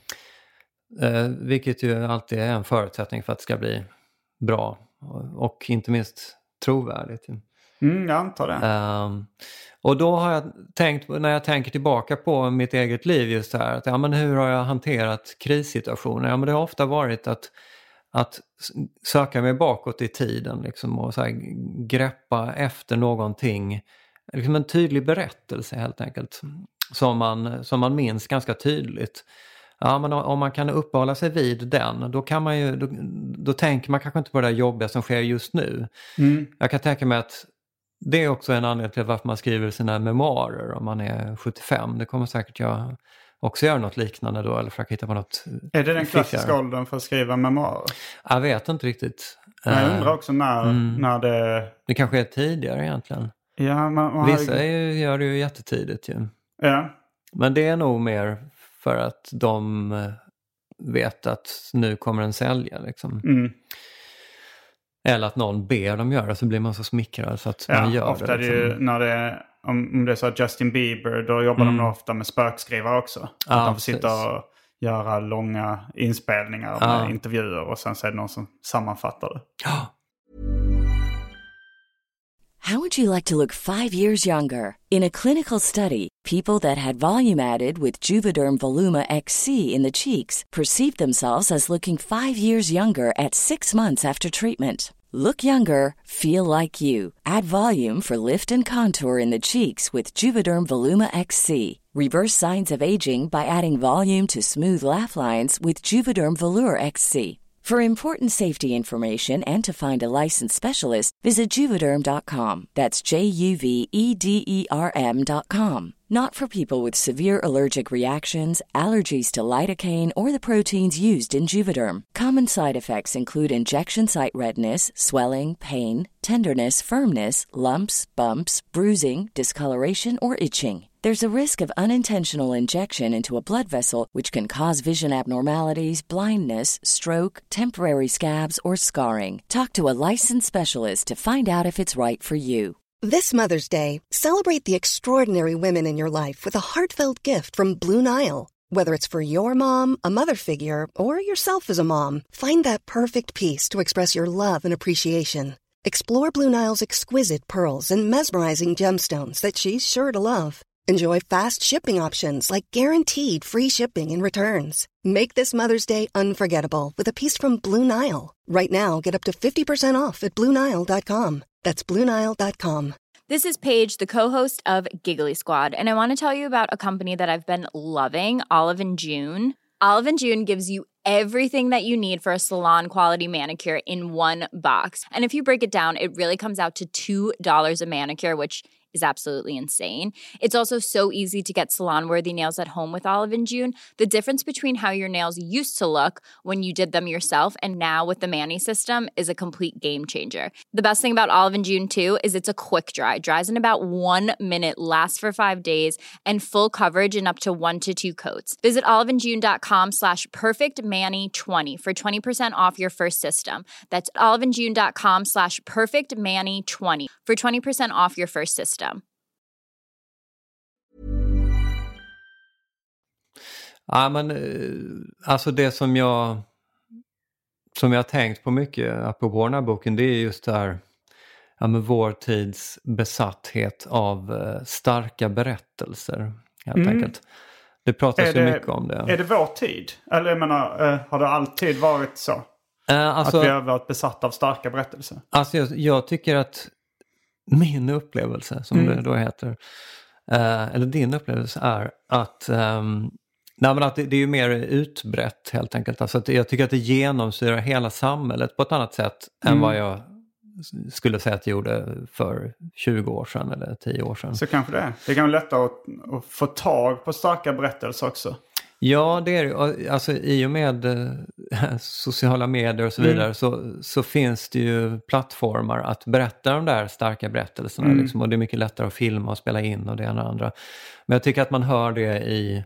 Vilket ju alltid är en förutsättning för att det ska bli bra och inte minst trovärdigt. Jag antar det. Och då har jag tänkt, när jag tänker tillbaka på mitt eget liv just så här, att men hur har jag hanterat krissituationer? Men det har ofta varit att söka mig bakåt i tiden liksom, och så här, greppa efter någonting, liksom en tydlig berättelse helt enkelt, som man minns ganska tydligt. Men om man kan uppehålla sig vid den, då kan man ju, då tänker man kanske inte på det jobbiga som sker just nu. Jag kan tänka mig att det är också en anledning till varför man skriver sina memoarer om man är 75. Det kommer säkert jag också göra något liknande då, eller försöka hitta på något. Är det den klassiska åldern för att skriva memoarer? Jag vet inte riktigt. Jag undrar också när det... Det kanske är tidigare egentligen. Ja, vissa gör det ju jättetidigt ju. Ja. Men det är nog mer för att de vet att nu kommer den sälja liksom. Eller att någon ber dem göra, så blir man så smickrad så att man gör ofta det. Ofta är det ju när det är, om det är så att Justin Bieber, då jobbar de ofta med spökskrivare också. Att de får sitta och göra långa inspelningar med intervjuer och sen så är det någon som sammanfattar det. How would you like to look 5 years younger? In a clinical study, people that had volume added with Juvederm Voluma XC in the cheeks perceived themselves as looking 5 years younger at 6 months after treatment. Look younger, feel like you. Add volume for lift and contour in the cheeks with Juvederm Voluma XC. Reverse signs of aging by adding volume to smooth laugh lines with Juvederm Volure XC. For important safety information and to find a licensed specialist, visit Juvederm.com. That's JUVEDERM.com. Not for people with severe allergic reactions, allergies to lidocaine, or the proteins used in Juvederm. Common side effects include injection site redness, swelling, pain, tenderness, firmness, lumps, bumps, bruising, discoloration, or itching. There's a risk of unintentional injection into a blood vessel, which can cause vision abnormalities, blindness, stroke, temporary scabs, or scarring. Talk to a licensed specialist to find out if it's right for you. This Mother's Day, celebrate the extraordinary women in your life with a heartfelt gift from Blue Nile. Whether it's for your mom, a mother figure, or yourself as a mom, find that perfect piece to express your love and appreciation. Explore Blue Nile's exquisite pearls and mesmerizing gemstones that she's sure to love. Enjoy fast shipping options like guaranteed free shipping and returns. Make this Mother's Day unforgettable with a piece from Blue Nile. Right now, get up to 50% off at BlueNile.com. That's BlueNile.com. This is Paige, the co-host of Giggly Squad, and I want to tell you about a company that I've been loving, Olive & June. Olive & June gives you everything that you need for a salon-quality manicure in one box. And if you break it down, it really comes out to $2 a manicure, which is absolutely insane. It's also so easy to get salon-worthy nails at home with Olive & June. The difference between how your nails used to look when you did them yourself and now with the Mani system is a complete game changer. The best thing about Olive & June, too, is it's a quick dry. Dries in about 1 minute, lasts for 5 days, and full coverage in up to 1 to 2 coats. Visit oliveandjune.com/perfectmani20 for 20% off your first system. That's oliveandjune.com/perfectmani20 for 20% off your first system. Ja, men alltså det som jag har tänkt på mycket apropå den här boken, det är just det här, ja, med vår tids besatthet av starka berättelser helt enkelt. Det pratas ju mycket om det. Är det vår tid? Eller jag menar, har det alltid varit så? Alltså, att vi har varit besatt av starka berättelser? Alltså jag tycker att min upplevelse, som det då heter, eller din upplevelse, är att nej, men att det är ju mer utbrett helt enkelt. Alltså att jag tycker att det genomsyrar hela samhället på ett annat sätt än vad jag skulle säga att jag gjorde för 20 år sedan eller 10 år sedan. Så kanske det. Det kan vara lättare att få tag på starka berättelser också. Ja, det är det. Alltså i och med sociala medier och så vidare så finns det ju plattformar att berätta de där starka berättelserna. Liksom, och det är mycket lättare att filma och spela in och det ena och andra. Men jag tycker att man hör det i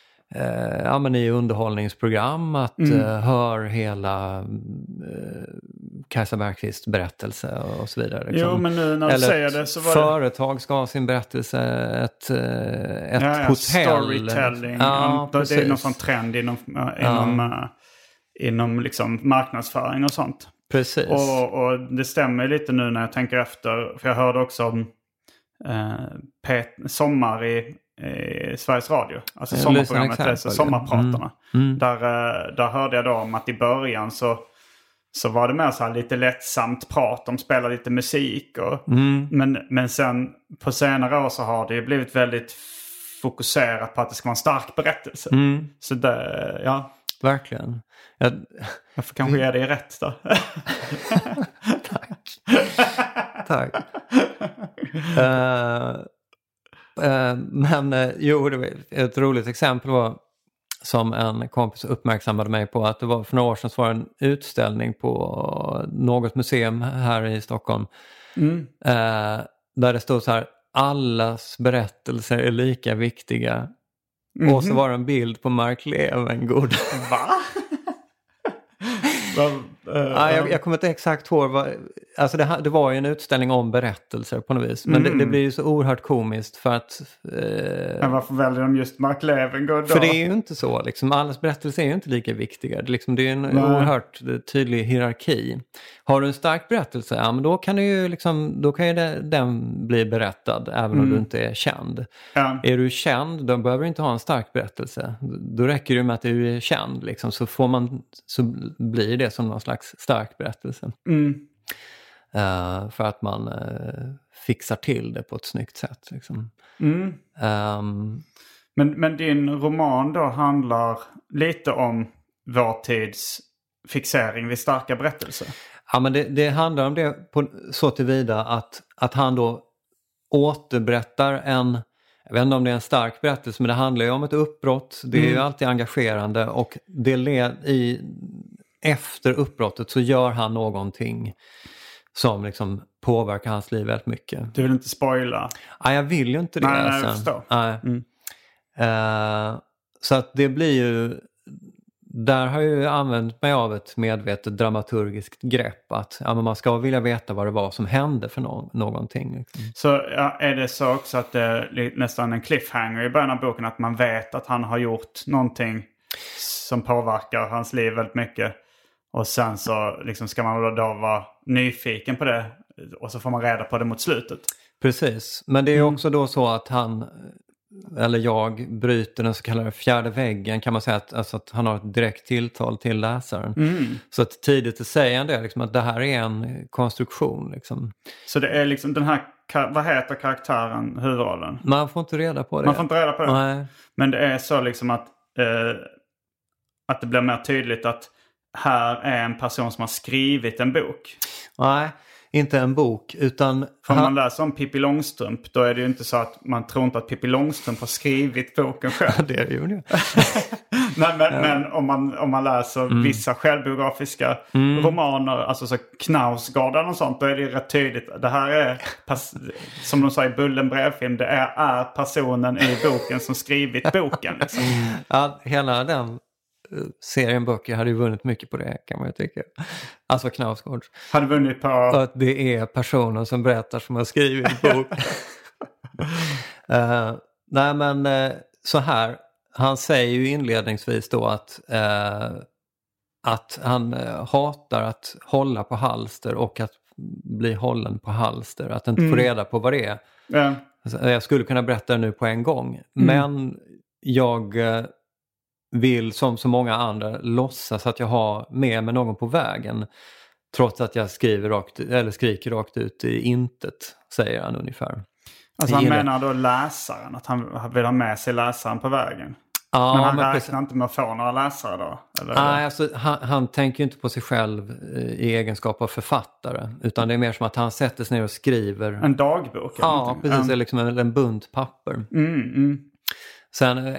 underhållningsprogram, att hör hela Kajsa Bergqvist berättelse och så vidare. Liksom. Jo, men nu när du säger det så var företag ska ha sin berättelse, ett hotell. Storytelling. Ja, det är någon sån trend inom liksom marknadsföring och sånt. Precis. Och det stämmer lite nu när jag tänker efter. För jag hörde också om Sommar i Sveriges Radio, alltså sommarprogrammet, Sommarpratarna. Där hörde jag då om att i början så var det mer så här lite lättsamt prat, de spelar lite musik men sen på senare år så har det ju blivit väldigt fokuserat på att det ska vara en stark berättelse. Så det, ja, verkligen. Jag får kanske ge dig rätt då. Tack. Men det var ett roligt exempel var, som en kompis uppmärksammade mig på, att det var för några år sedan så var en utställning på något museum här i Stockholm där det stod så här: allas berättelser är lika viktiga. Och så var det en bild på Mark Levengood. Va? Jag kommer inte exakt ihåg alltså det var ju en utställning om berättelser på något vis. Men det blir ju så oerhört komiskt för att men varför väljer de just Mark Levengood då? För det är ju inte så liksom, allas berättelser är ju inte lika viktiga. Det är en oerhört tydlig hierarki. Har du en stark berättelse, ja, men då kan du ju liksom, då kan ju den bli berättad även om du inte är känd. Är du känd, då behöver du inte ha en stark berättelse. Då räcker det med att du är känd liksom, så blir det som någon slags stark berättelse. För att man fixar till det på ett snyggt sätt liksom. Men din roman då handlar lite om vår tids fixering vid starka berättelser. Ja, men det handlar om det så tillvida att han då återberättar jag vet inte om det är en stark berättelse, men det handlar ju om ett uppbrott. Det är ju alltid engagerande, och efter uppbrottet så gör han någonting som liksom påverkar hans liv väldigt mycket. Du vill inte spoila? Nej, jag vill ju inte det. Nej, jag förstår. Så att det blir ju, där har jag ju använt mig av ett medvetet dramaturgiskt grepp, att man ska vilja veta vad det var som hände för någonting. Liksom. Så är det så också att det är nästan en cliffhanger i början av boken, att man vet att han har gjort någonting som påverkar hans liv väldigt mycket, och sen så liksom ska man då vara nyfiken på det. Och så får man reda på det mot slutet. Precis, men det är också då så att jag bryter den så kallade fjärde väggen, kan man säga, att han har ett direkt tilltal till läsaren. Så att tidigt säger han det liksom, att det här är en konstruktion liksom. Så det är liksom den här, vad heter karaktären, huvudrollen? Man får inte reda på det. Man får inte reda på det. Nej. Men det är så liksom att det blir mer tydligt att här är en person som har skrivit en bok. Nej, inte en bok, utan... För man läser om Pippi Långstrump, då är det ju inte så att man tror inte att Pippi Långstrump har skrivit boken själv. Det är ju det. Men om man läser vissa självbiografiska romaner, alltså så Knausgården och sånt, då är det ju rätt tydligt. Det här är, som de sa i Bullen brevfilm, det är personen i boken som skrivit boken. Liksom. Ja, hela den serien böcker hade ju vunnit mycket på det, kan man ju tycka. Alltså Knausgård. Hade vunnit på... Att det är personen som berättar som har skrivit bok. Nej men så här. Han säger ju inledningsvis då att han hatar att hålla på halster och att bli hållen på halster. Att inte få reda på vad det är. Alltså, jag skulle kunna berätta det nu på en gång. Men jag... vill som så många andra låtsas att jag har med mig någon på vägen, trots att jag skriker rakt ut i intet, säger han ungefär. Alltså han menar då läsaren, att han vill ha med sig läsaren på vägen. Ja, men han räknar inte med att få några läsare då? Eller? Nej, alltså, han tänker inte på sig själv i egenskap av författare, utan det är mer som att han sätter sig ner och skriver. En dagbok? Ja, precis. Det är liksom en bunt papper. Sen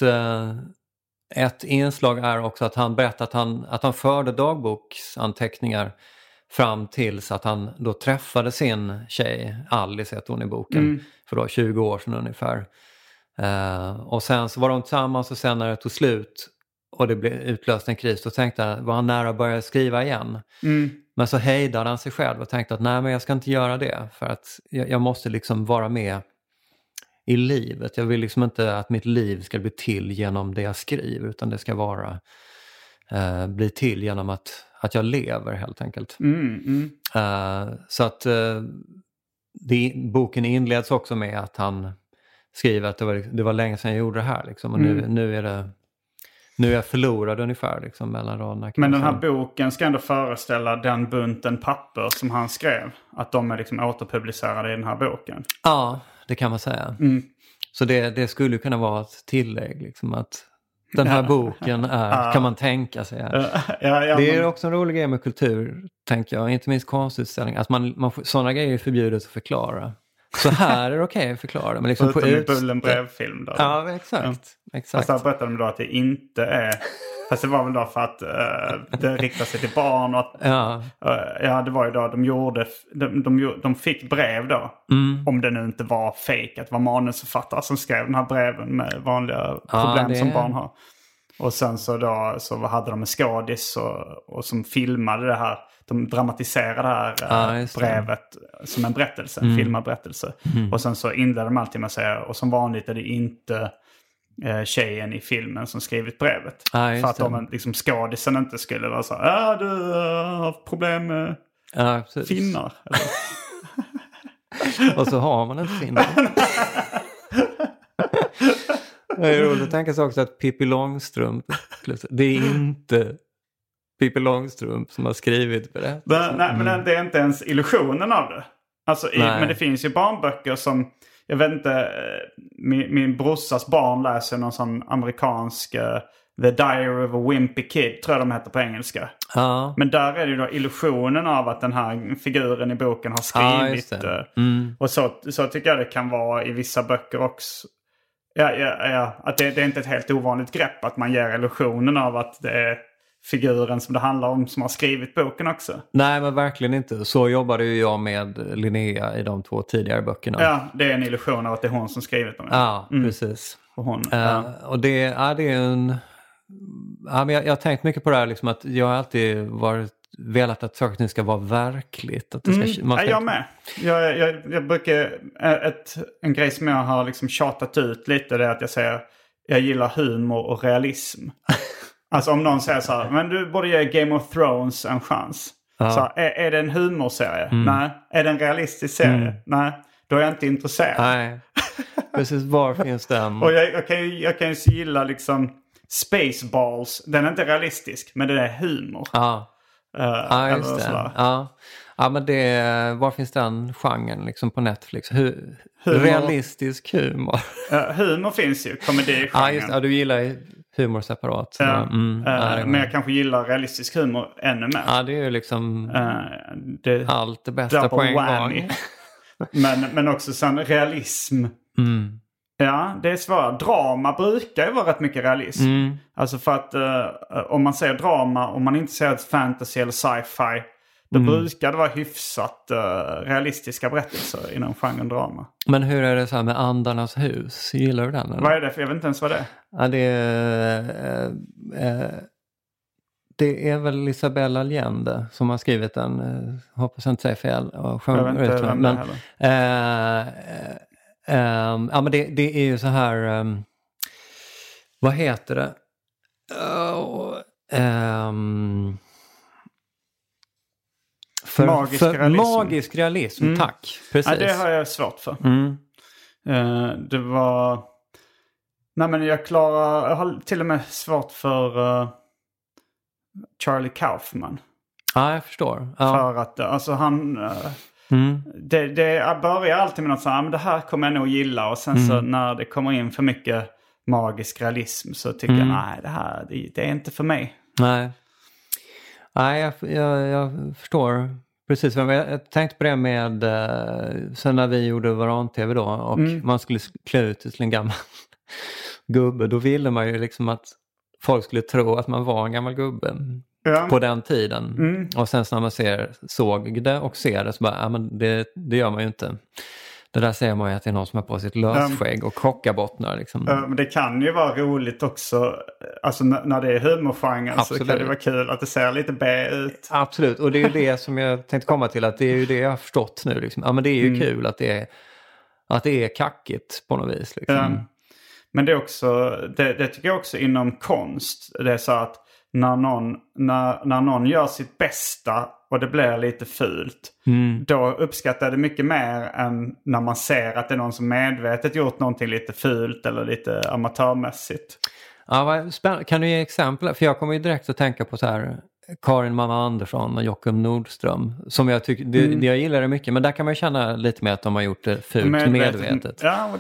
ett inslag är också att han berättar att han förde dagboksanteckningar fram tills att han då träffade sin tjej, Alice heter hon i boken, för då 20 år sedan ungefär. Och sen så var de tillsammans, och sen när det tog slut och det blev utlöst en kris, då tänkte han, var han nära att börja skriva igen. Men så hejdade han sig själv och tänkte att nej, men jag ska inte göra det, för att jag måste liksom vara med i livet. Jag vill liksom inte att mitt liv ska bli till genom det jag skriver, utan det ska vara bli till genom att jag lever helt enkelt. Så att boken inleds också med att han skriver att det var länge sedan jag gjorde det här liksom, och nu är jag förlorad ungefär liksom, mellan raderna. Men den här boken ska ändå föreställa den bunten papper som han skrev, att de är liksom återpublicerade i den här boken. Ja, det kan man säga. Så det skulle kunna vara ett tillägg liksom, att den här boken är, kan man tänka sig. Det är också en rolig grej med kultur, tänker jag. Inte minst konstutställning. Att man sådana grejer är förbjudet att förklara. Så här är det okej att förklara. Men liksom på Bullen brevfilm då. Ja, exakt. Fast där berättade de då att det inte är... Fast det var väl då för att det riktar sig till barn. Och att, det var ju då de fick brev då. Om det nu inte var fake, att det var manusförfattare som skrev den här breven med vanliga problem som barn har. Och sen så hade de en skådis och som filmade det här. De dramatiserade det här brevet som en berättelse, en filmad berättelse. Och sen så inledde de alltid med att säga, och som vanligt är det inte tjejen i filmen som skrivit brevet. För att om liksom skådisen inte skulle vara så här, du har problem med finnar. Och så har man inte finnar. Det är roligt att tänka sig också att Pippi Långstrump, det är inte Pippi Långstrump som har skrivit berättelsen. Nej, men det är inte ens illusionen av det. Alltså, men det finns ju barnböcker som, jag vet inte, min brorsas barn läser någon sån amerikansk The Diary of a Wimpy Kid, tror jag de heter på engelska. Men där är det ju då illusionen av att den här figuren i boken har skrivit. Och så tycker jag det kan vara i vissa böcker också. Att det är inte ett helt ovanligt grepp att man ger illusionen av att det är figuren som det handlar om som har skrivit boken också. Nej, men verkligen inte. Så jobbade ju jag med Linnea i de 2 tidigare böckerna. Ja, det är en illusion av att det är hon som skrivit dem. Ja, precis. Och hon, och det är en... Ja, men jag har tänkt mycket på det här liksom, att jag har alltid velat att saker ska vara verkligt. Att det ska, jag med. Jag brukar... En grej som jag har liksom tjatat ut lite, det är att jag säger jag gillar humor och realism. Alltså om någon säger så här, men du borde ge Game of Thrones en chans. Så är det en humorserie? Nej. Är det en realistisk serie? Nej. Då är jag inte intresserad. Nej. Precis, var finns den? Och jag kan ju gilla liksom Spaceballs. Den är inte realistisk, men det är humor. Just det. Ja, men var finns den genren liksom på Netflix? Humor. Realistisk humor. Humor finns ju, komedigenren. Ja, just det. Du gillar ju humor separat. Men jag kanske gillar realistisk humor ännu mer. Ja, det är ju liksom allt det bästa på en gång. men också sen realism. Ja, det är svårt. Drama brukar ju vara rätt mycket realism. Alltså för att om man säger drama, om man inte säger fantasy eller sci-fi, då brukar det vara hyfsat realistiska berättelser inom genren drama. Men hur är det så här med Andarnas hus? Gillar du den? Eller? Vad är det? För jag vet inte ens vad det är. Ja, det är väl Isabella Allende som har skrivit den. Hoppas jag inte säger fel. Jag vet inte vem det heller. Ja, men det är ju så här... vad heter det? Magisk realism, tack. Precis. Ja, det har jag svårt för. Det var... Nej, men jag har till och med svårt för Charlie Kaufman. Ja, jag förstår. För att alltså han... Det börjar alltid med något sånt, men det här kommer jag nog gilla. Och sen så när det kommer in för mycket magisk realism så tycker jag, nej, det är inte för mig. Nej, jag förstår precis. Jag tänkte på det med sen när vi gjorde Varan-TV då och man skulle klä ut till en gammal gubbe. Då ville man ju liksom att folk skulle tro att man var en gammal gubbe. På den tiden. Och sen så när man såg det och ser det så bara, men det gör man ju inte. Det där säger man ju att det är någon som har på sitt lösskägg och kockabottnar liksom. Men det kan ju vara roligt också, alltså när det är humorgenren så kan det vara kul att det ser lite B ut. Absolut, och det är ju det som jag tänkte komma till, att det är ju det jag har förstått nu liksom. Ja, men det är ju kul att det är kackigt på något vis liksom. Men det är också, det tycker jag också inom konst, det är så att när någon gör sitt bästa och det blir lite fult, då uppskattar jag det mycket mer än när man ser att det är någon som medvetet gjort någonting lite fult eller lite amatörmässigt. Ja, vad spännande. Kan du ge exempel? För jag kommer ju direkt att tänka på så här Karin Mamma Andersson och Joakim Nordström, som jag tycker, jag gillar det mycket, men där kan man ju känna lite med att de har gjort det fult medvetet. Ja,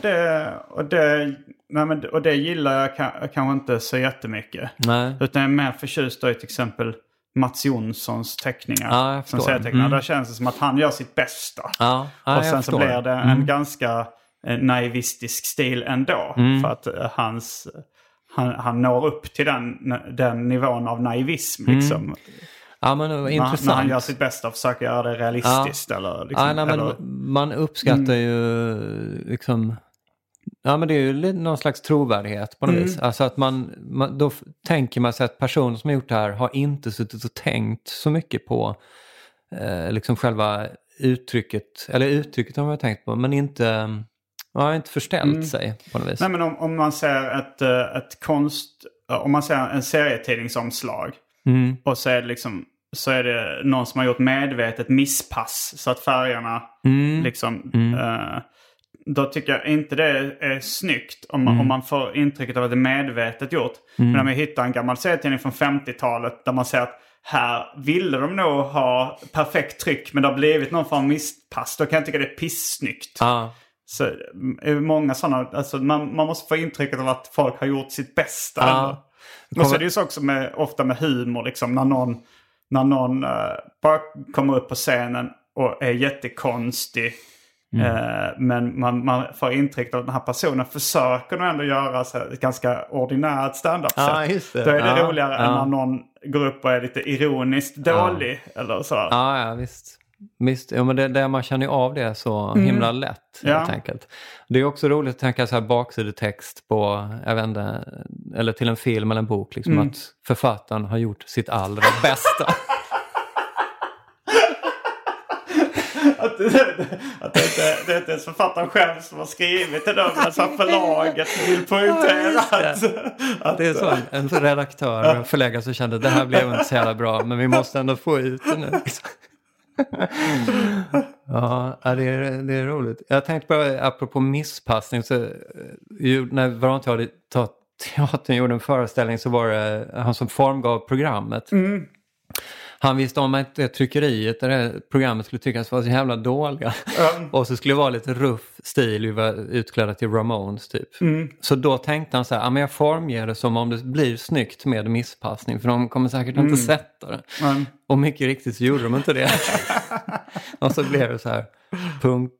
och det gillar jag kanske inte så jättemycket. Nej. Utan jag är mer förtjust då i till exempel Mats Jonssons teckningar. Ja, jag förstår. Som serietecknare. Där känns det som att han gör sitt bästa. Ja, och sen så blir det en ganska naivistisk stil ändå. För att han når upp till den nivån av naivism liksom. Ja, men intressant. När han gör sitt bästa och försöker göra det realistiskt. Eller, liksom, men man uppskattar ju liksom... Ja, men det är ju någon slags trovärdighet på något vis. Alltså att då tänker man sig att personer som har gjort det här har inte suttit och tänkt så mycket på liksom själva uttrycket. Eller uttrycket har man tänkt på, men inte förställt sig på något vis. Nej, men om man ser om man ser en serietidningsomslag och så är det liksom, så är det någon som har gjort medvetet misspass så att färgerna liksom... Då tycker jag inte det är snyggt om man får intrycket av att det är medvetet gjort. Men om jag hittar en gammal serietidning från 50-talet där man ser att här ville de nog ha perfekt tryck men det har blivit någon form av misspass, då kan jag tycka det är pissnyggt. Så många sådana, alltså man måste få intrycket av att folk har gjort sitt bästa. Och så är det ju så också ofta med humor liksom, när någon bara kommer upp på scenen och är jättekonstig. Men man får intryck av att den här personen försöker nog ändå göra så ett ganska ordinärt stand-up-sätt. Då är det roligare än när någon går upp och är lite ironiskt dålig. Eller så. Ja, visst. Ja, men det man känner ju av det så himla lätt helt enkelt. Det är också roligt att tänka så här baksidetext på, jag vet inte, eller till en film eller en bok liksom, att författaren har gjort sitt allra bästa. det är inte ens författaren själv som har skrivit det då. Men så förlaget vill poängtera att det är så. En redaktör och förläggare som kände att det här blev inte så jävla bra. Men vi måste ändå få ut det nu. Ja, det är roligt. Jag tänkte bara, apropå misspassning, så när Varanteatern gjorde en föreställning så var det han som formgav programmet. Han visste om att det tryckeriet där det programmet skulle tyckas vara så jävla dåliga. Och så skulle det vara lite ruff stil. Vi var utklädda till Ramones typ. Så då tänkte han så här, men jag formger det som om det blir snyggt med misspassning. För de kommer säkert inte sätta det. Och mycket riktigt så gjorde de inte det. Och så blev det så här punkstämning.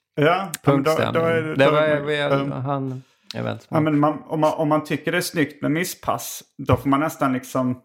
Det var han... Ja, men om man tycker det är snyggt med misspass, då får man nästan liksom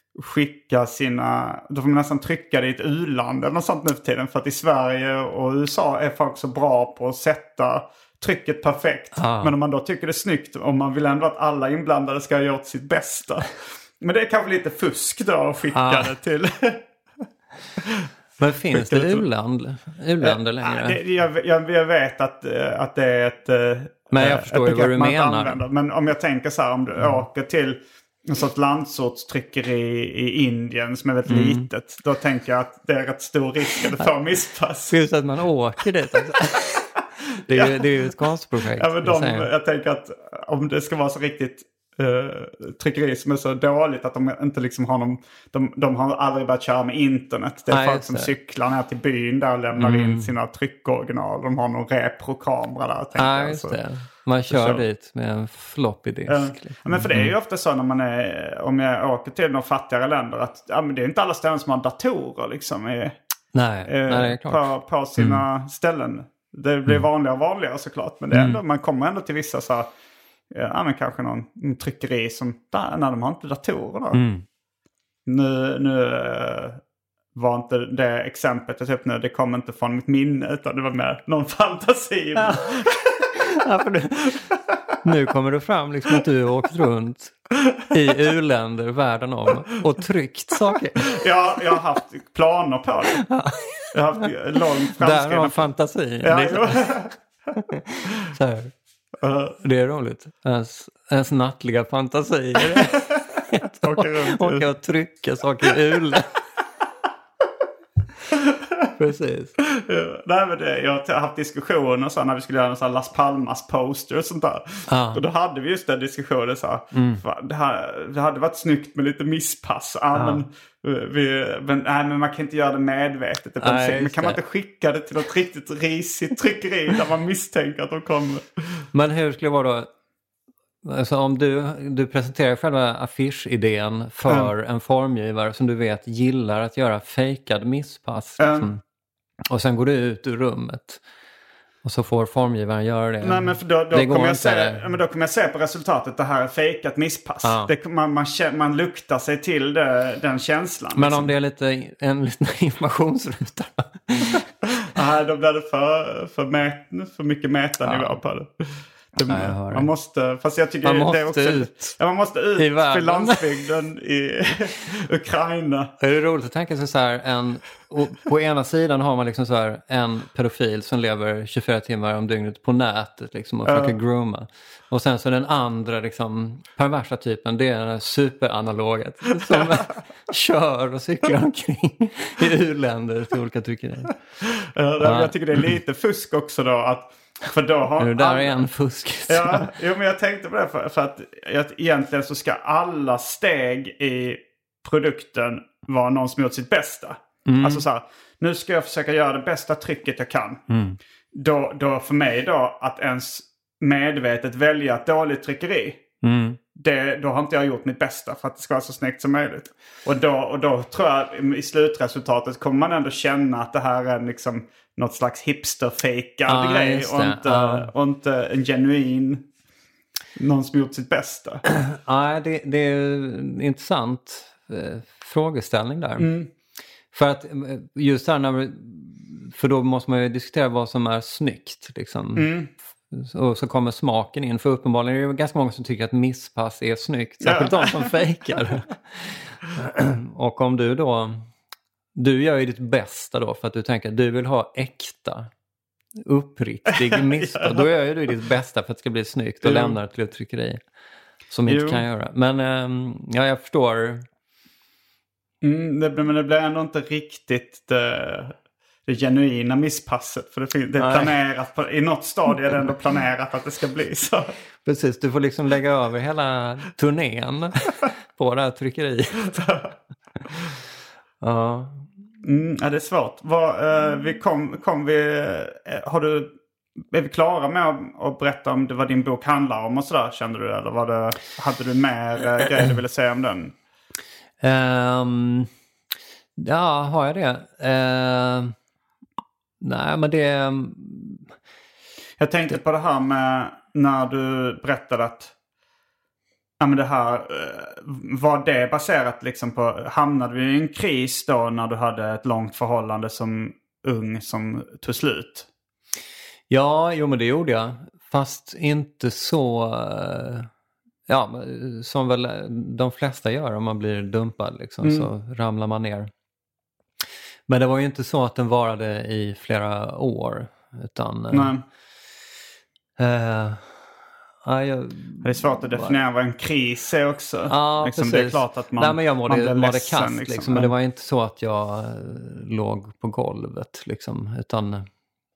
då får man nästan trycka det i ett u-land eller något sånt nu för tiden. För att i Sverige och USA är folk så bra på att sätta trycket perfekt. Men om man då tycker det är snyggt, om man vill ändå att alla inblandade ska ha gjort sitt bästa. Men det är kanske lite fusk då att skicka det till... Men finns det u-länder längre? Jag vet att det är ett... Men jag förstår ju vad du menar. Men om jag tänker så här, om du åker till en sorts landsortstryckeri i Indien som är väldigt litet, då tänker jag att det är rätt stor risk att du får misspass. Just att man åker dit. Det är ju ett konstprojekt. Ja, men jag tänker att om det ska vara så riktigt tryckeri som är så dåligt att de inte liksom har någon, de har aldrig börjat köra med internet. Det är folk som cyklar ner till byn där och lämnar in sina tryckoriginal. De har någon repro-kamera där. Just det. Man kör dit med en floppy disk. Men för det är ju ofta så när man om jag åker till några fattigare länder att men det är inte alla ställen som har datorer liksom nej, det är klart. På sina ställen. Det blir vanligare och vanligare såklart, men det är ändå, man kommer ändå till vissa så här, men kanske någon tryckeri som när de har inte datorer då. Nu var inte det exemplet jag typ nu, det kom inte från mitt minne utan det var mer någon fantasi. Ja, nu kommer det fram liksom att du har åkt runt i u-länder världen om och tryckt saker. Ja, jag har haft planer på det. Jag har haft långt framskriven. Där har fantasin. Ja, så här. Det är roligt. Ens nattliga fantasier. Åka och trycka saker i ulen. Precis. Nej, men jag har haft diskussioner så när vi skulle göra en sån här Las Palmas poster och sånt där. Och då hade vi just den diskussionen så det hade varit snyggt med lite misspass. Men man kan inte göra det medvetet. Men kan man inte skicka det till något riktigt risigt tryckeri där man misstänker att de kommer. Men hur skulle det vara då? Alltså om du presenterar själva affischidén för en formgivare som du vet gillar att göra fejkad misspass. Liksom. Och sen går du ut ur rummet. Och så får formgivaren göra det. Nej, men för då kommer jag se på resultatet. Det här är fejkat misspass. Man luktar sig till den känslan. Men liksom. Om det är en liten informationsruta. Nej, då blir det för mycket metanivå på det. Man måste, fast jag tycker man det är också ut. Ja, man måste ut för landsbygden i Ukraina. Det är roligt att tänka sig så här på ena sidan har man liksom så här en pedofil som lever 24 timmar om dygnet på nätet liksom och försöker grooma. Och sen så den andra liksom perversa typen, det är den superanaloget som kör och cyklar omkring i u-länder till olika tryckerier. Jag tycker det är lite fusk också då att för då har det där är en fusk. Ja, men jag tänkte på det för att egentligen så ska alla steg i produkten vara någon som gjort sitt bästa. Alltså så här, nu ska jag försöka göra det bästa trycket jag kan. Då för mig då att ens medvetet välja ett dåligt tryckeri. Då har inte jag gjort mitt bästa för att det ska vara så snyggt som möjligt. Och då tror jag i slutresultatet kommer man ändå känna att det här är liksom något slags hipster-fejkad grej och inte en genuin någon som gjort sitt bästa. Ja, det är en intressant frågeställning där. För att just här för då måste man ju diskutera vad som är snyggt liksom. Och så kommer smaken in. För uppenbarligen är det ganska många som tycker att misspass är snyggt. Särskilt de som fejkar. Och om du då du gör ju ditt bästa då för att du tänker att du vill ha äkta, uppriktig misstag. Då gör ju du ditt bästa för att det ska bli snyggt och lämnar det till ett tryckeri som inte kan göra. Men ja, jag förstår. Men det blir ändå inte riktigt det genuina misspasset. För det är planerat i något stadie är det ändå planerat att det ska bli så. Precis, du får liksom lägga över hela turnén på det här tryckeriet. Ja. Ja, det är svårt. Är vi klara med att berätta om det vad din bok handlar om och sådär, kände du? Eller hade du mer grejer du ville säga om den? Ja, har jag det? Nej, men det... Jag tänkte på det här med när du berättade att men det här, var det baserat liksom på, hamnade du i en kris då när du hade ett långt förhållande som ung som tog slut? Ja, men det gjorde jag. Fast inte så, som väl de flesta gör om man blir dumpad liksom, så ramlar man ner. Men det var ju inte så att den varade i flera år, utan... Nej. Det är svårt att definiera vad en kris är också. Ja, liksom, det är klart att man, men jag mådde kast. Liksom. Men det var inte så att jag låg på golvet. Liksom, utan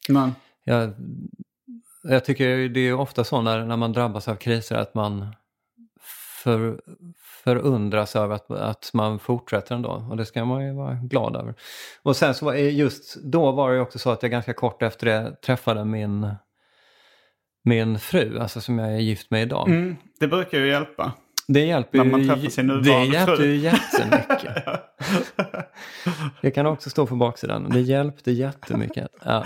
jag tycker det är ofta så när man drabbas av kriser att man förundras över att man fortsätter ändå. Och det ska man ju vara glad över. Och sen så just då var det också så att jag ganska kort efter det träffade min fru, alltså som jag är gift med idag. Det brukar ju hjälpa. Det hjälper när man träffar sin nuvarande fru. Det hjälpte ju jättemycket. Det kan också stå på baksidan. Det hjälpte jättemycket. Ja.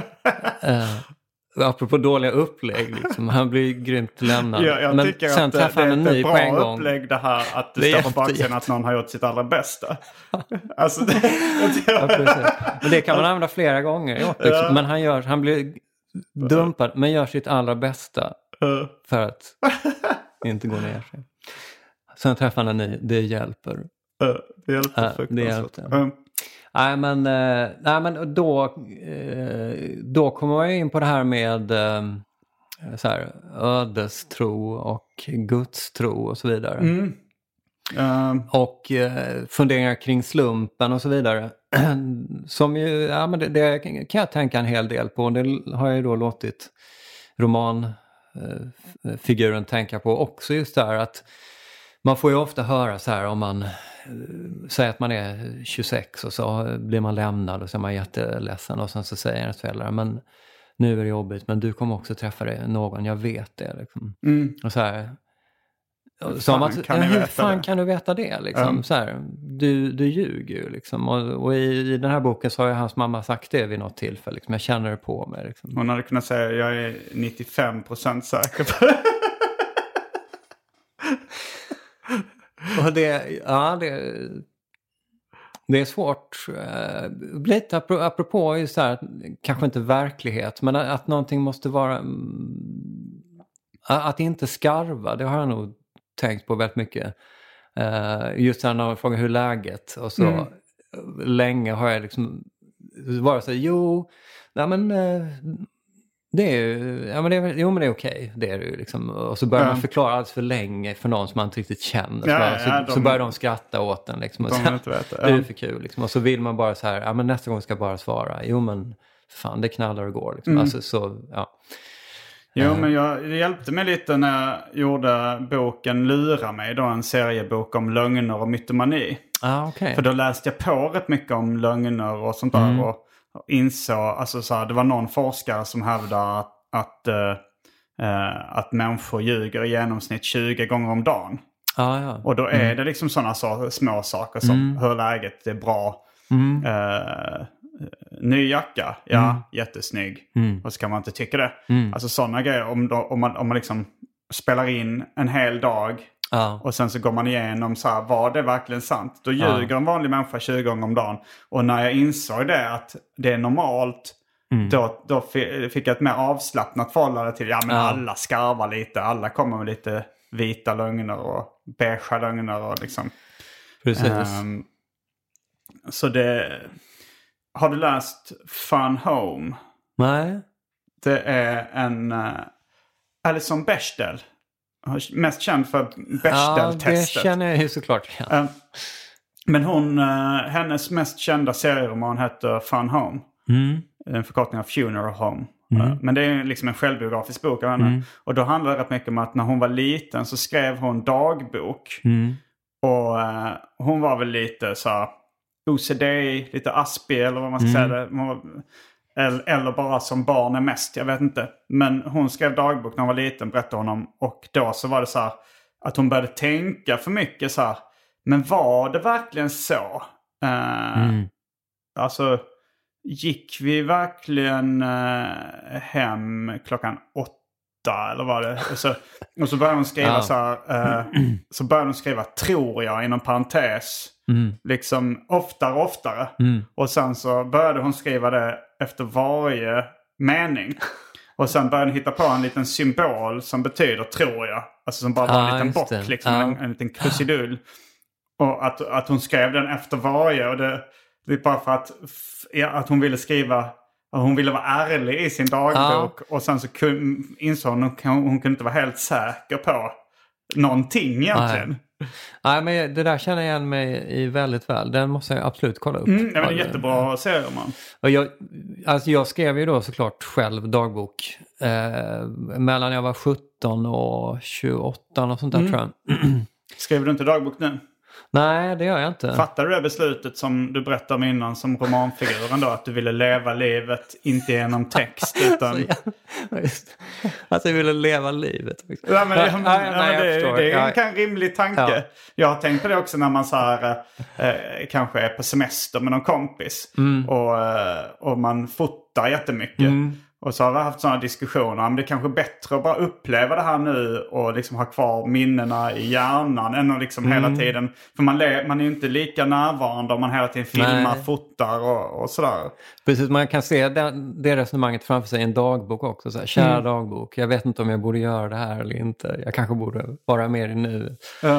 Apropå dåliga upplägg, liksom. Han blir grymt lämnad. Jag men tycker sen att träffar han en ny på en gång. Upplägg det här att det står på baksidan att någon har gjort sitt allra bästa. Alltså precis. Men det kan man använda flera gånger. Liksom. Men han blir dumpad, men gör sitt allra bästa för att inte gå ner sig. Sen träffar han en ny, det hjälper. Det hjälper. Det hjälper. Nej, men då kommer jag in på det här med så här, ödestro och gudstro och så vidare. Och funderingar kring slumpen och så vidare. Som ju, men det kan jag tänka en hel del på. Det har jag ju då låtit romanfiguren tänka på också, just där att man får ju ofta höra så här, om man säger att man är 26 och så blir man lämnad och så är man jätteledsen och sen så säger ens föräldrar, men nu är det jobbigt, men du kommer också träffa någon, jag vet det liksom. Och så här, hur fan kan du veta det liksom? Så här, du ljuger ju liksom. Och i den här boken så har ju hans mamma sagt det vid något tillfälle liksom. Jag känner det på mig liksom. Hon hade kunnat säga jag är 95% säker på det. Och det är svårt. Lite apropå just så här, kanske inte verklighet, men att någonting måste vara, att inte skarva, det har jag nog tänkt på väldigt mycket. Just när man frågar hur läget, och så länge har jag liksom bara så det är ju, men det är okej. Det är det ju liksom. Och så börjar man förklara alls för länge för någon som man inte riktigt känner. Så börjar de skratta åt den liksom. Och det är för kul liksom. Och så vill man bara så här, men nästa gång ska jag bara svara. Men fan, det knallar och går liksom. Alltså så, men det hjälpte mig lite när jag gjorde boken Lura mig, då en seriebok om lögner och mytomani. Okay. För då läste jag på rätt mycket om lögner och sånt där och insåg, alltså så här, det var någon forskare som hävdade att människor ljuger i genomsnitt 20 gånger om dagen. Och då är det liksom sådana små saker som hur läget är bra. Ny jacka, jättesnygg. Och så kan man inte tycka det. Alltså sådana grejer, om man liksom spelar in en hel dag och sen så går man igenom så här, var det verkligen sant? Då ljuger en vanlig människa 20 gånger om dagen. Och när jag insåg det, att det är normalt, då fick jag ett mer avslappnat förhållande till, alla skarvar lite, alla kommer med lite vita lögner och beigea lögner och liksom. Precis. Så det... Har du läst Fun Home? Nej. Det är en Alison Bechdel. Mest känd för Bechdel-testet. Ja, det känner jag ju såklart. Ja. Men hennes mest kända serieroman heter Fun Home. En förkortning av Funeral Home. Men det är liksom en självbiografisk bok av henne. Och då handlar det rätt mycket om att när hon var liten så skrev hon dagbok. Och hon var väl lite så OCD, lite aspig eller vad man ska säga det. Eller bara som barn är mest, jag vet inte. Men hon skrev dagbok när hon var liten, berättade hon om. Och då så var det så här att hon började tänka för mycket så här. Men var det verkligen så? Alltså, gick vi verkligen hem klockan 8 eller vad det? Och så började hon skriva så här. Så började hon skriva tror jag inom parentes. Liksom oftare. Och sen så började hon skriva det efter varje mening. Och sen började hon hitta på en liten symbol som betyder tror jag. Alltså som bara var en liten bock, liksom en liten krusidull. Och att hon skrev den efter varje. Och det är bara för att hon ville skriva... Hon ville vara ärlig i sin dagbok. Och sen så insåg hon att hon kunde inte vara helt säker på någonting egentligen. Nej, men det där känner jag igen mig i väldigt väl. Den måste jag absolut kolla upp. Ja, men det är jättebra serie, man. Och jag skrev ju då såklart själv dagbok. Mellan jag var 17 och 28 och sånt där tror jag. Skrev du inte dagbok nu? Nej, det gör jag inte. Fattar du det beslutet som du berättade om innan som romanfiguren då? Att du ville leva livet inte genom text utan... Att jag ville leva livet. Ja, men det är en rimlig tanke. Ja. Jag har tänkt på det också när man så här, kanske är på semester med någon kompis. Och man fotar jättemycket. Och så har vi haft sådana diskussioner. Men det är kanske bättre att bara uppleva det här nu och liksom ha kvar minnena i hjärnan än att liksom hela tiden. För man är ju inte lika närvarande om man hela tiden filmar, fotar och sådär. Precis, man kan se det resonemanget framför sig i en dagbok också. Så här, kära dagbok, jag vet inte om jag borde göra det här eller inte. Jag kanske borde vara mer i nu.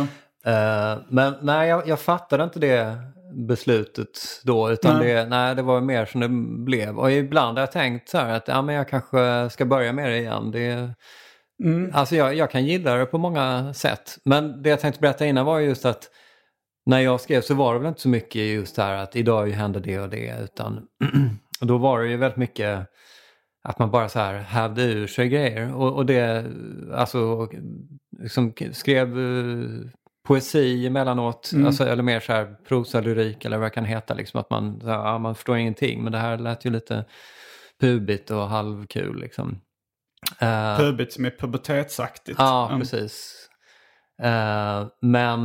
Men nej, jag fattade inte det beslutet då, utan det var mer som det blev. Och ibland har jag tänkt så här att men jag kanske ska börja med det igen. Alltså jag kan gilla det på många sätt. Men det jag tänkte berätta innan var just att när jag skrev så var det väl inte så mycket just här att idag händer det och det, utan då var det ju väldigt mycket att man bara så här hävde ur sig grejer. Och det, alltså liksom skrev poesi emellanåt, alltså, eller mer så här prosalyrik eller vad det kan heta, liksom att man förstår ingenting, men det här lät ju lite pubigt och halvkul liksom. Pubigt som är pubertetsaktigt. Ja, precis. Men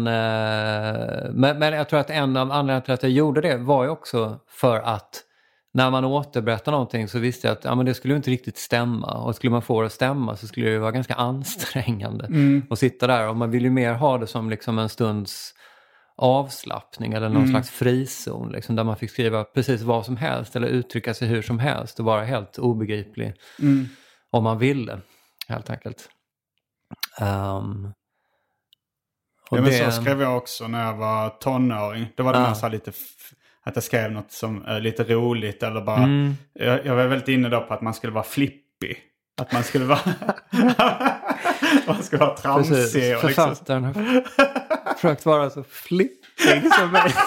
jag tror att en av anledningarna till att jag gjorde det var ju också för att när man återberättar någonting så visste jag att men det skulle ju inte riktigt stämma. Och skulle man få det att stämma så skulle det vara ganska ansträngande att sitta där. Och man vill ju mer ha det som liksom en stunds avslappning eller någon slags frizon. Liksom, där man fick skriva precis vad som helst eller uttrycka sig hur som helst och vara helt obegriplig om man ville, helt enkelt. Men så skrev jag också när jag var tonåring. Det var det så lite... Att jag skrev något som lite roligt eller bara... Jag var väldigt inne då på att man skulle vara flippig. Att man skulle vara... man skulle vara tramsig. Och författaren har försökt vara så flippig som möjligt.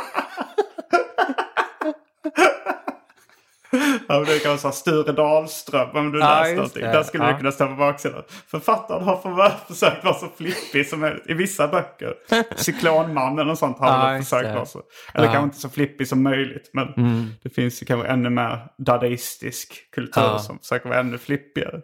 Ja, men det kan vara så Sture Dahlström om du läste någonting. Där skulle det kunna stå på baksidan. Författaren har försökt vara så flippig som möjligt. I vissa böcker. Cyklonmannen och sånt har försökt vara så. Eller kanske inte så flippig som möjligt. Men det finns ju kanske ännu mer dadaistisk kultur som försöker vara ännu flippigare.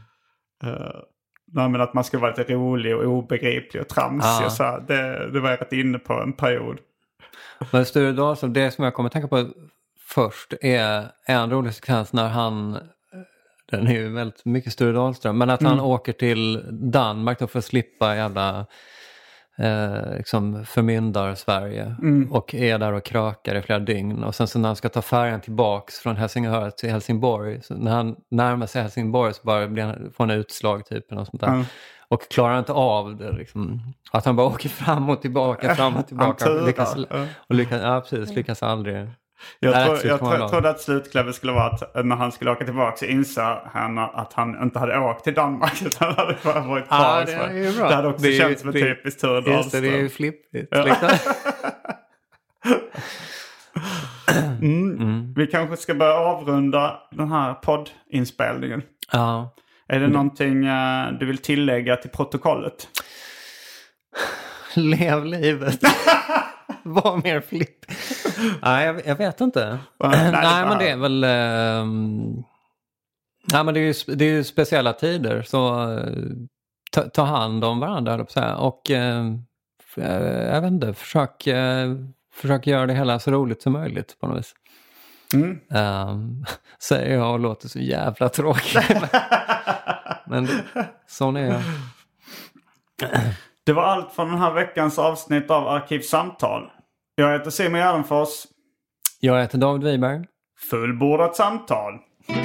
Men att man ska vara lite rolig och obegriplig och tramsig. Så här, det var jag rätt inne på en period. Men Sture Dahlström, det som jag kommer att tänka på först är en rolig sekvens när den är ju väldigt mycket Sture Dahlström, men att han åker till Danmark då för att slippa jävla liksom förmyndar Sverige och är där och krökar i flera dygn. Och sen så när han ska ta färjan tillbaks från Helsingör till Helsingborg, så när han närmar sig Helsingborg så bara får han utslag typ eller något sånt där. Och klarar inte av det liksom. Att han bara åker fram och tillbaka lyckas aldrig. Jag trodde att slutklävet skulle vara att när han skulle åka tillbaka så inser han att han inte hade åkt till Danmark utan hade bara varit kvar. Det hade också känts som en typisk tur. Det är ju flippigt. Liksom. Vi kanske ska börja avrunda den här poddinspelningen. Ja. Är det någonting du vill tillägga till protokollet? Lev livet. Var mer flipp. Nej, jag vet inte. Nej, men det är väl... nej, men det är ju speciella tider. Så ta hand om varandra. Och jag vet inte, försök göra det hela så roligt som möjligt på något vis. Säger jag och låter så jävla tråkigt. Men sån är jag. Det var allt från den här veckans avsnitt av Arkivsamtal. Jag heter Simon Gärdenfors. Jag heter David Wiberg. Fullbordat samtal.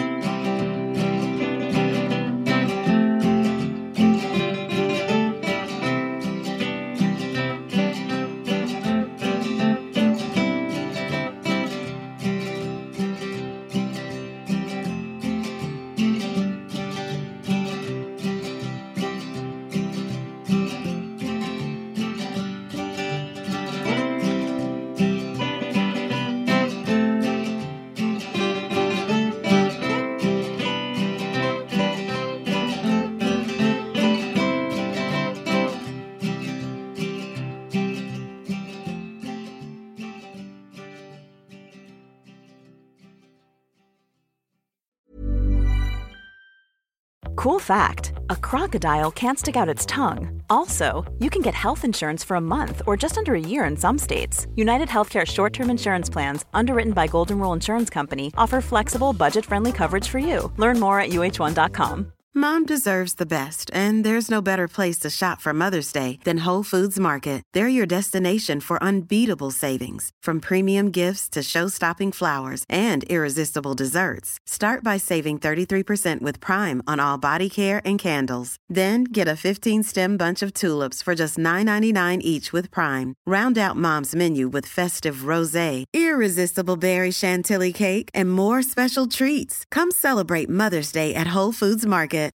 Cool fact, a crocodile can't stick out its tongue. Also, you can get health insurance for a month or just under a year in some states. United Healthcare short-term insurance plans, underwritten by Golden Rule Insurance Company, offer flexible, budget-friendly coverage for you. Learn more at uh1.com. Mom deserves the best, and there's no better place to shop for Mother's Day than Whole Foods Market. They're your destination for unbeatable savings, from premium gifts to show-stopping flowers and irresistible desserts. Start by saving 33% with Prime on all body care and candles. Then get a 15-stem bunch of tulips for just $9.99 each with Prime. Round out Mom's menu with festive rosé, irresistible berry chantilly cake, and more special treats. Come celebrate Mother's Day at Whole Foods Market.